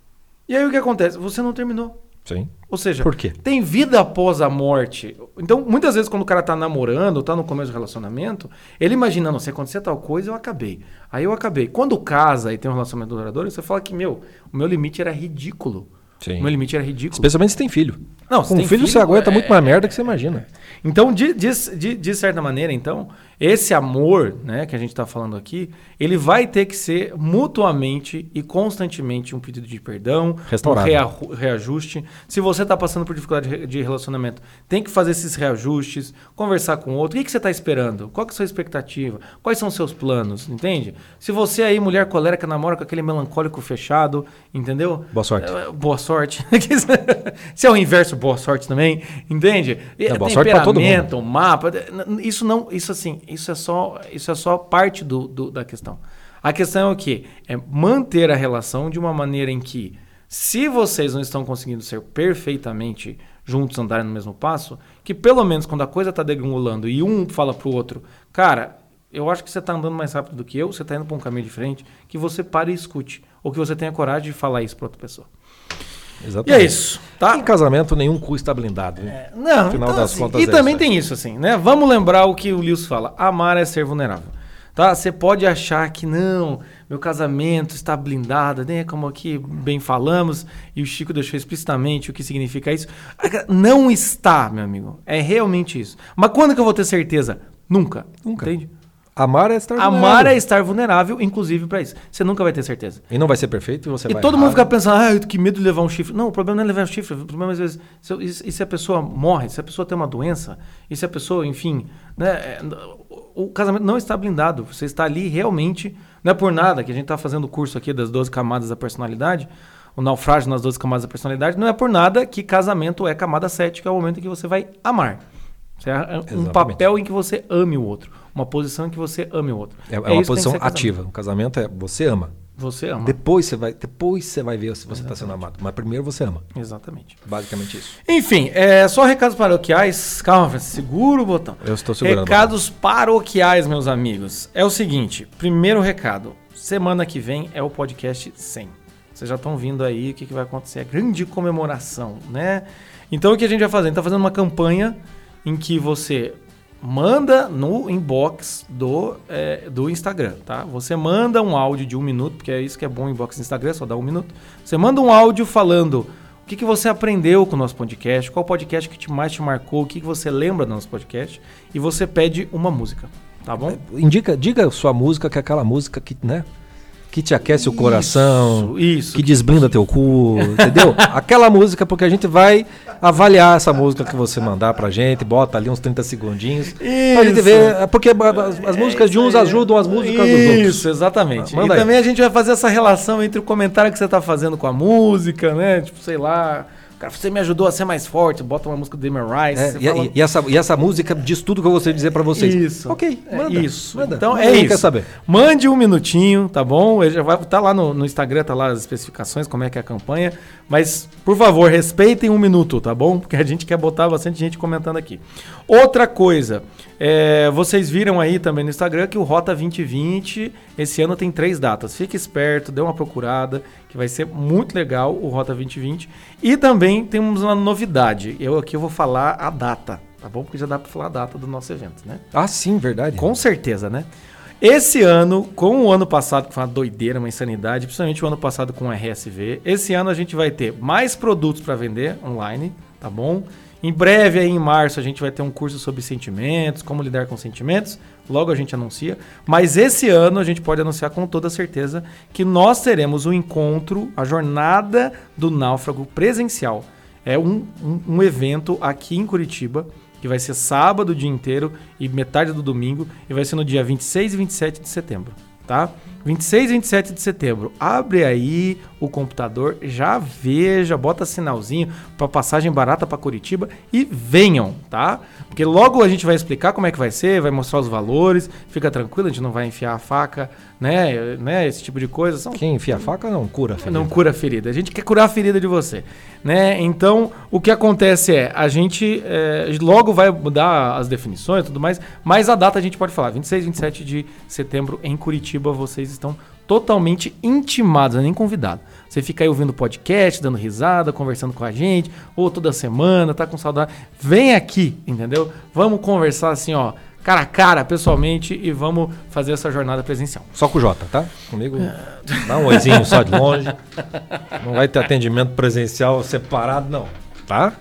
Speaker 1: E aí o que acontece? Você não terminou.
Speaker 2: Sim.
Speaker 1: Ou seja,
Speaker 2: por quê?
Speaker 1: Tem vida após a morte. Então, muitas vezes, quando o cara tá namorando, tá no começo do relacionamento, ele imagina, não, se acontecer tal coisa, eu acabei. Aí eu acabei. Quando casa e tem um relacionamento duradouro, você fala que, meu, o meu limite era ridículo.
Speaker 2: Sim.
Speaker 1: O meu limite era ridículo.
Speaker 2: Especialmente se tem filho.
Speaker 1: Não,
Speaker 2: com filho, filho você aguenta é... muito mais merda que você imagina.
Speaker 1: Então, de, de, de, de certa maneira, então, esse amor, né, que a gente está falando aqui, ele vai ter que ser mutuamente e constantemente um pedido de perdão, um rea, reajuste. Se você está passando por dificuldade de relacionamento, tem que fazer esses reajustes, conversar com o outro. O que, que você está esperando? Qual que é a sua expectativa? Quais são os seus planos? Entende? Se você aí, mulher colérica, namora com aquele melancólico fechado, entendeu?
Speaker 2: Boa sorte.
Speaker 1: É, boa sorte. Se é o inverso, boa sorte também, entende?
Speaker 2: É, boa sorte para todo mundo.
Speaker 1: Mapa, isso não, isso assim, isso é só, isso é só parte do, do, da questão. A questão é o quê? É manter a relação de uma maneira em que, se vocês não estão conseguindo ser perfeitamente juntos, andarem no mesmo passo, que pelo menos quando a coisa está degringolando e um fala pro outro, cara, eu acho que você está andando mais rápido do que eu, você está indo para um caminho diferente, que você pare e escute, ou que você tenha coragem de falar isso para outra pessoa.
Speaker 2: Exatamente.
Speaker 1: E é isso, tá?
Speaker 2: Em casamento, nenhum cu está blindado.
Speaker 1: É, não,
Speaker 2: Afinal
Speaker 1: então,
Speaker 2: das
Speaker 1: assim,
Speaker 2: contas
Speaker 1: e
Speaker 2: é
Speaker 1: também
Speaker 2: isso,
Speaker 1: tem isso, assim, né? Vamos lembrar o que o Lewis fala. Amar é ser vulnerável. Tá? Você pode achar que não, meu casamento está blindado, né? Como aqui bem falamos, e o Chico deixou explicitamente o que significa isso. Não está, meu amigo. É realmente isso. Mas quando que eu vou ter certeza? Nunca.
Speaker 2: Nunca.
Speaker 1: Entende?
Speaker 2: Amar é estar vulnerável.
Speaker 1: Amar é estar vulnerável, inclusive para isso. Você nunca vai ter certeza.
Speaker 2: E não vai ser perfeito e você
Speaker 1: e
Speaker 2: vai...
Speaker 1: E todo errar. Mundo fica pensando, ah, que medo de levar um chifre. Não, o problema não é levar um chifre. O problema é, às vezes, se, e se a pessoa morre, se a pessoa tem uma doença, e se a pessoa, enfim... Né, o casamento não está blindado. Você está ali realmente... Não é por nada que a gente está fazendo o curso aqui das doze camadas da personalidade, o naufrágio nas doze camadas da personalidade, não é por nada que casamento é camada sete, que é o momento em que você vai amar. É um Exatamente. Papel em que você ame o outro. Uma posição em que você ame o outro.
Speaker 2: É, é uma posição ativa. O casamento é você ama.
Speaker 1: Você ama.
Speaker 2: Depois você vai, depois você vai ver se você está sendo amado. Mas primeiro você ama.
Speaker 1: Exatamente.
Speaker 2: Basicamente isso.
Speaker 1: Enfim, é, só recados paroquiais. Calma, segura o botão.
Speaker 2: Eu estou segurando
Speaker 1: Recados paroquiais, meus amigos. É o seguinte. Primeiro recado. Semana que vem é o podcast cem. Vocês já estão vindo aí o que, que vai acontecer. A grande comemoração, né? Então o que a gente vai fazer? A gente está fazendo uma campanha em que você manda no inbox do, é, do Instagram, tá? Você manda um áudio de um minuto, porque é isso que é bom o inbox do Instagram, só dá um minuto. Você manda um áudio falando o que, que você aprendeu com o nosso podcast, qual podcast que te mais te marcou, o que, que você lembra do nosso podcast, e você pede uma música, tá bom?
Speaker 2: Indica, diga a sua música, que é aquela música que, né? que te aquece o coração,
Speaker 1: isso, isso,
Speaker 2: que desblinda teu cu, entendeu? Aquela música, porque a gente vai avaliar essa música que você mandar pra gente, bota ali uns trinta segundinhos, isso. Pra gente ver, porque as, as músicas de uns ajudam as músicas
Speaker 1: isso,
Speaker 2: dos outros.
Speaker 1: Isso, exatamente.
Speaker 2: Manda
Speaker 1: e
Speaker 2: aí.
Speaker 1: também a gente vai fazer essa relação entre o comentário que você tá fazendo com a música, né? Tipo, sei lá... Cara, você me ajudou a ser mais forte, bota uma música do Damon Rice.
Speaker 2: É, e, fala... e, essa, e essa música diz tudo que eu gostaria de dizer pra vocês.
Speaker 1: Isso.
Speaker 2: Ok, manda.
Speaker 1: É isso.
Speaker 2: Manda.
Speaker 1: Então
Speaker 2: manda,
Speaker 1: é isso.
Speaker 2: Quer saber.
Speaker 1: Mande um minutinho, tá bom? Ele já vai tá lá no, no Instagram, tá lá as especificações, como é que é a campanha. Mas, por favor, respeitem um minuto, tá bom? Porque a gente quer botar bastante gente comentando aqui. Outra coisa, é, vocês viram aí também no Instagram que o Rota vinte vinte, esse ano tem três datas. Fique esperto, dê uma procurada, que vai ser muito legal o Rota vinte vinte. E também temos uma novidade. Eu aqui eu vou falar a data, tá bom? Porque já dá para falar a data do nosso evento, né?
Speaker 2: Ah, sim, verdade.
Speaker 1: Com certeza, né? Esse ano, com o ano passado, que foi uma doideira, uma insanidade, principalmente o ano passado com o R S V, esse ano a gente vai ter mais produtos para vender online, tá bom? Em breve, aí em março, a gente vai ter um curso sobre sentimentos, como lidar com sentimentos. Logo a gente anuncia. Mas esse ano a gente pode anunciar com toda certeza que nós teremos um encontro, a Jornada do Náufrago presencial. É um, um, um evento aqui em Curitiba, que vai ser sábado o dia inteiro e metade do domingo. E vai ser no dia vinte e seis e vinte e sete de setembro, tá? vinte e seis e vinte e sete de setembro. Abre aí o computador, já veja, bota sinalzinho para passagem barata para Curitiba e venham, tá? Porque logo a gente vai explicar como é que vai ser, vai mostrar os valores, fica tranquilo, a gente não vai enfiar a faca, né, né, esse tipo de coisa. São...
Speaker 2: Quem enfia a faca não cura a ferida.
Speaker 1: Não cura a ferida, a gente quer curar a ferida de você, né? Então, o que acontece é, a gente é, logo vai mudar as definições e tudo mais, mas a data a gente pode falar, vinte e seis e vinte e sete de setembro em Curitiba, vocês estão totalmente intimados, nem convidados. Você fica aí ouvindo podcast, dando risada, conversando com a gente, ou toda semana, tá com saudade. Vem aqui, entendeu? Vamos conversar assim, ó, cara a cara, pessoalmente, e vamos fazer essa jornada presencial.
Speaker 2: Só com o Jota, tá? Comigo, dá um oizinho só de longe. Não vai ter atendimento presencial separado, não, tá?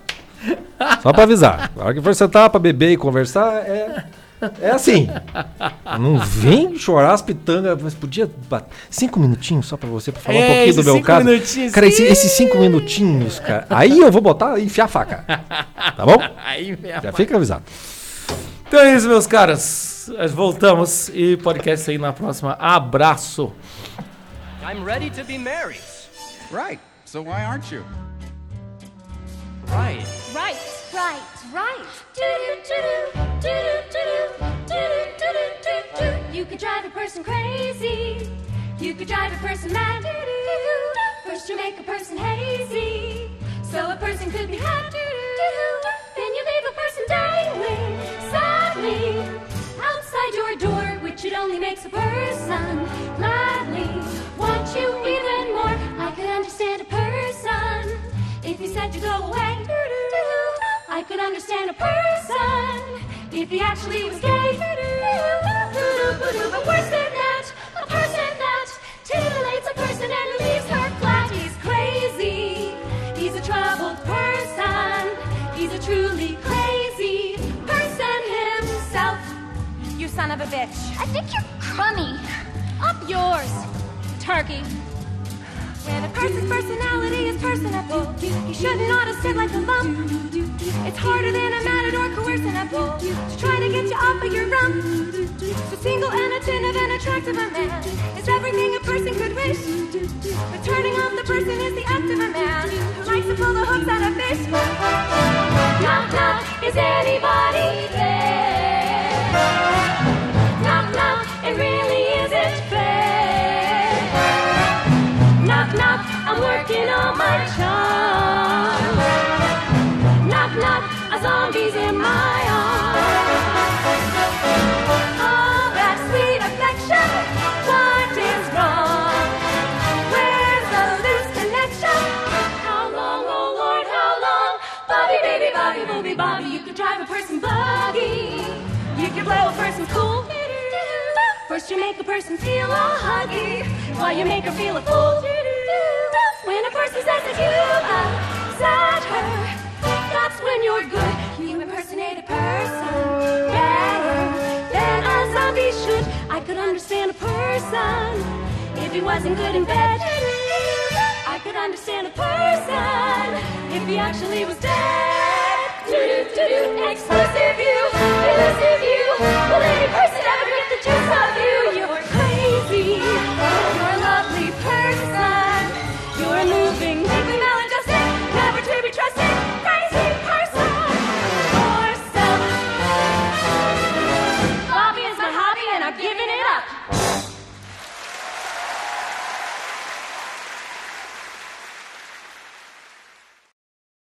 Speaker 2: Só pra avisar. Na hora que for sentar pra beber e conversar, é... É assim, não vem chorar as pitangas, mas podia bater cinco minutinhos só pra você, pra falar é, um pouquinho do meu caso. Cara, esse, esses cinco minutinhos, cara, aí eu vou botar e enfiar a faca, tá bom? Aí já fica avisado.
Speaker 1: Então é isso, meus caras, voltamos e podcast aí na próxima. Abraço. I'm ready to be married.
Speaker 3: Right, so why aren't you?
Speaker 4: Right. Right, right, right. You could drive a person crazy. You could drive a person mad. First you make a person hazy, so a person could be happy. Then you leave a person dangling sadly outside your door, which it only makes a person gladly want you even more. I could understand a person if you said you go away. I could understand a person if he actually was gay. But worse than that, a person that titillates a person and leaves her flat. He's crazy. He's a troubled person. He's a truly crazy person himself. You son of a bitch. I think you're crummy. Up yours, turkey. When a person's personality is personable, he shouldn't ought to sit like a lump. It's harder than a matador coercionable to try to get you off of your rump. So single and attentive and attractive a man is everything a person could wish. But turning off the person is the act of a man who likes to pull the hooks out of fish. Knock, knock, is anybody there? Knock, knock, and really is it fair? Knock, knock, I'm working on my charm. Knock, knock, a zombie's in my arms. Oh, that sweet affection, what is wrong? Where's the loose connection? How long, oh Lord, how long? Bobby, baby, Bobby, booby, Bobby, you could drive a person buggy. You could blow a person cool. First you make a person feel all huggy, while you make her feel a fool. When a person says that you upset her, that's when you're good. You impersonate a person better than a zombie should. I could understand a person if if he wasn't good in bed. I could understand a person if he actually was dead.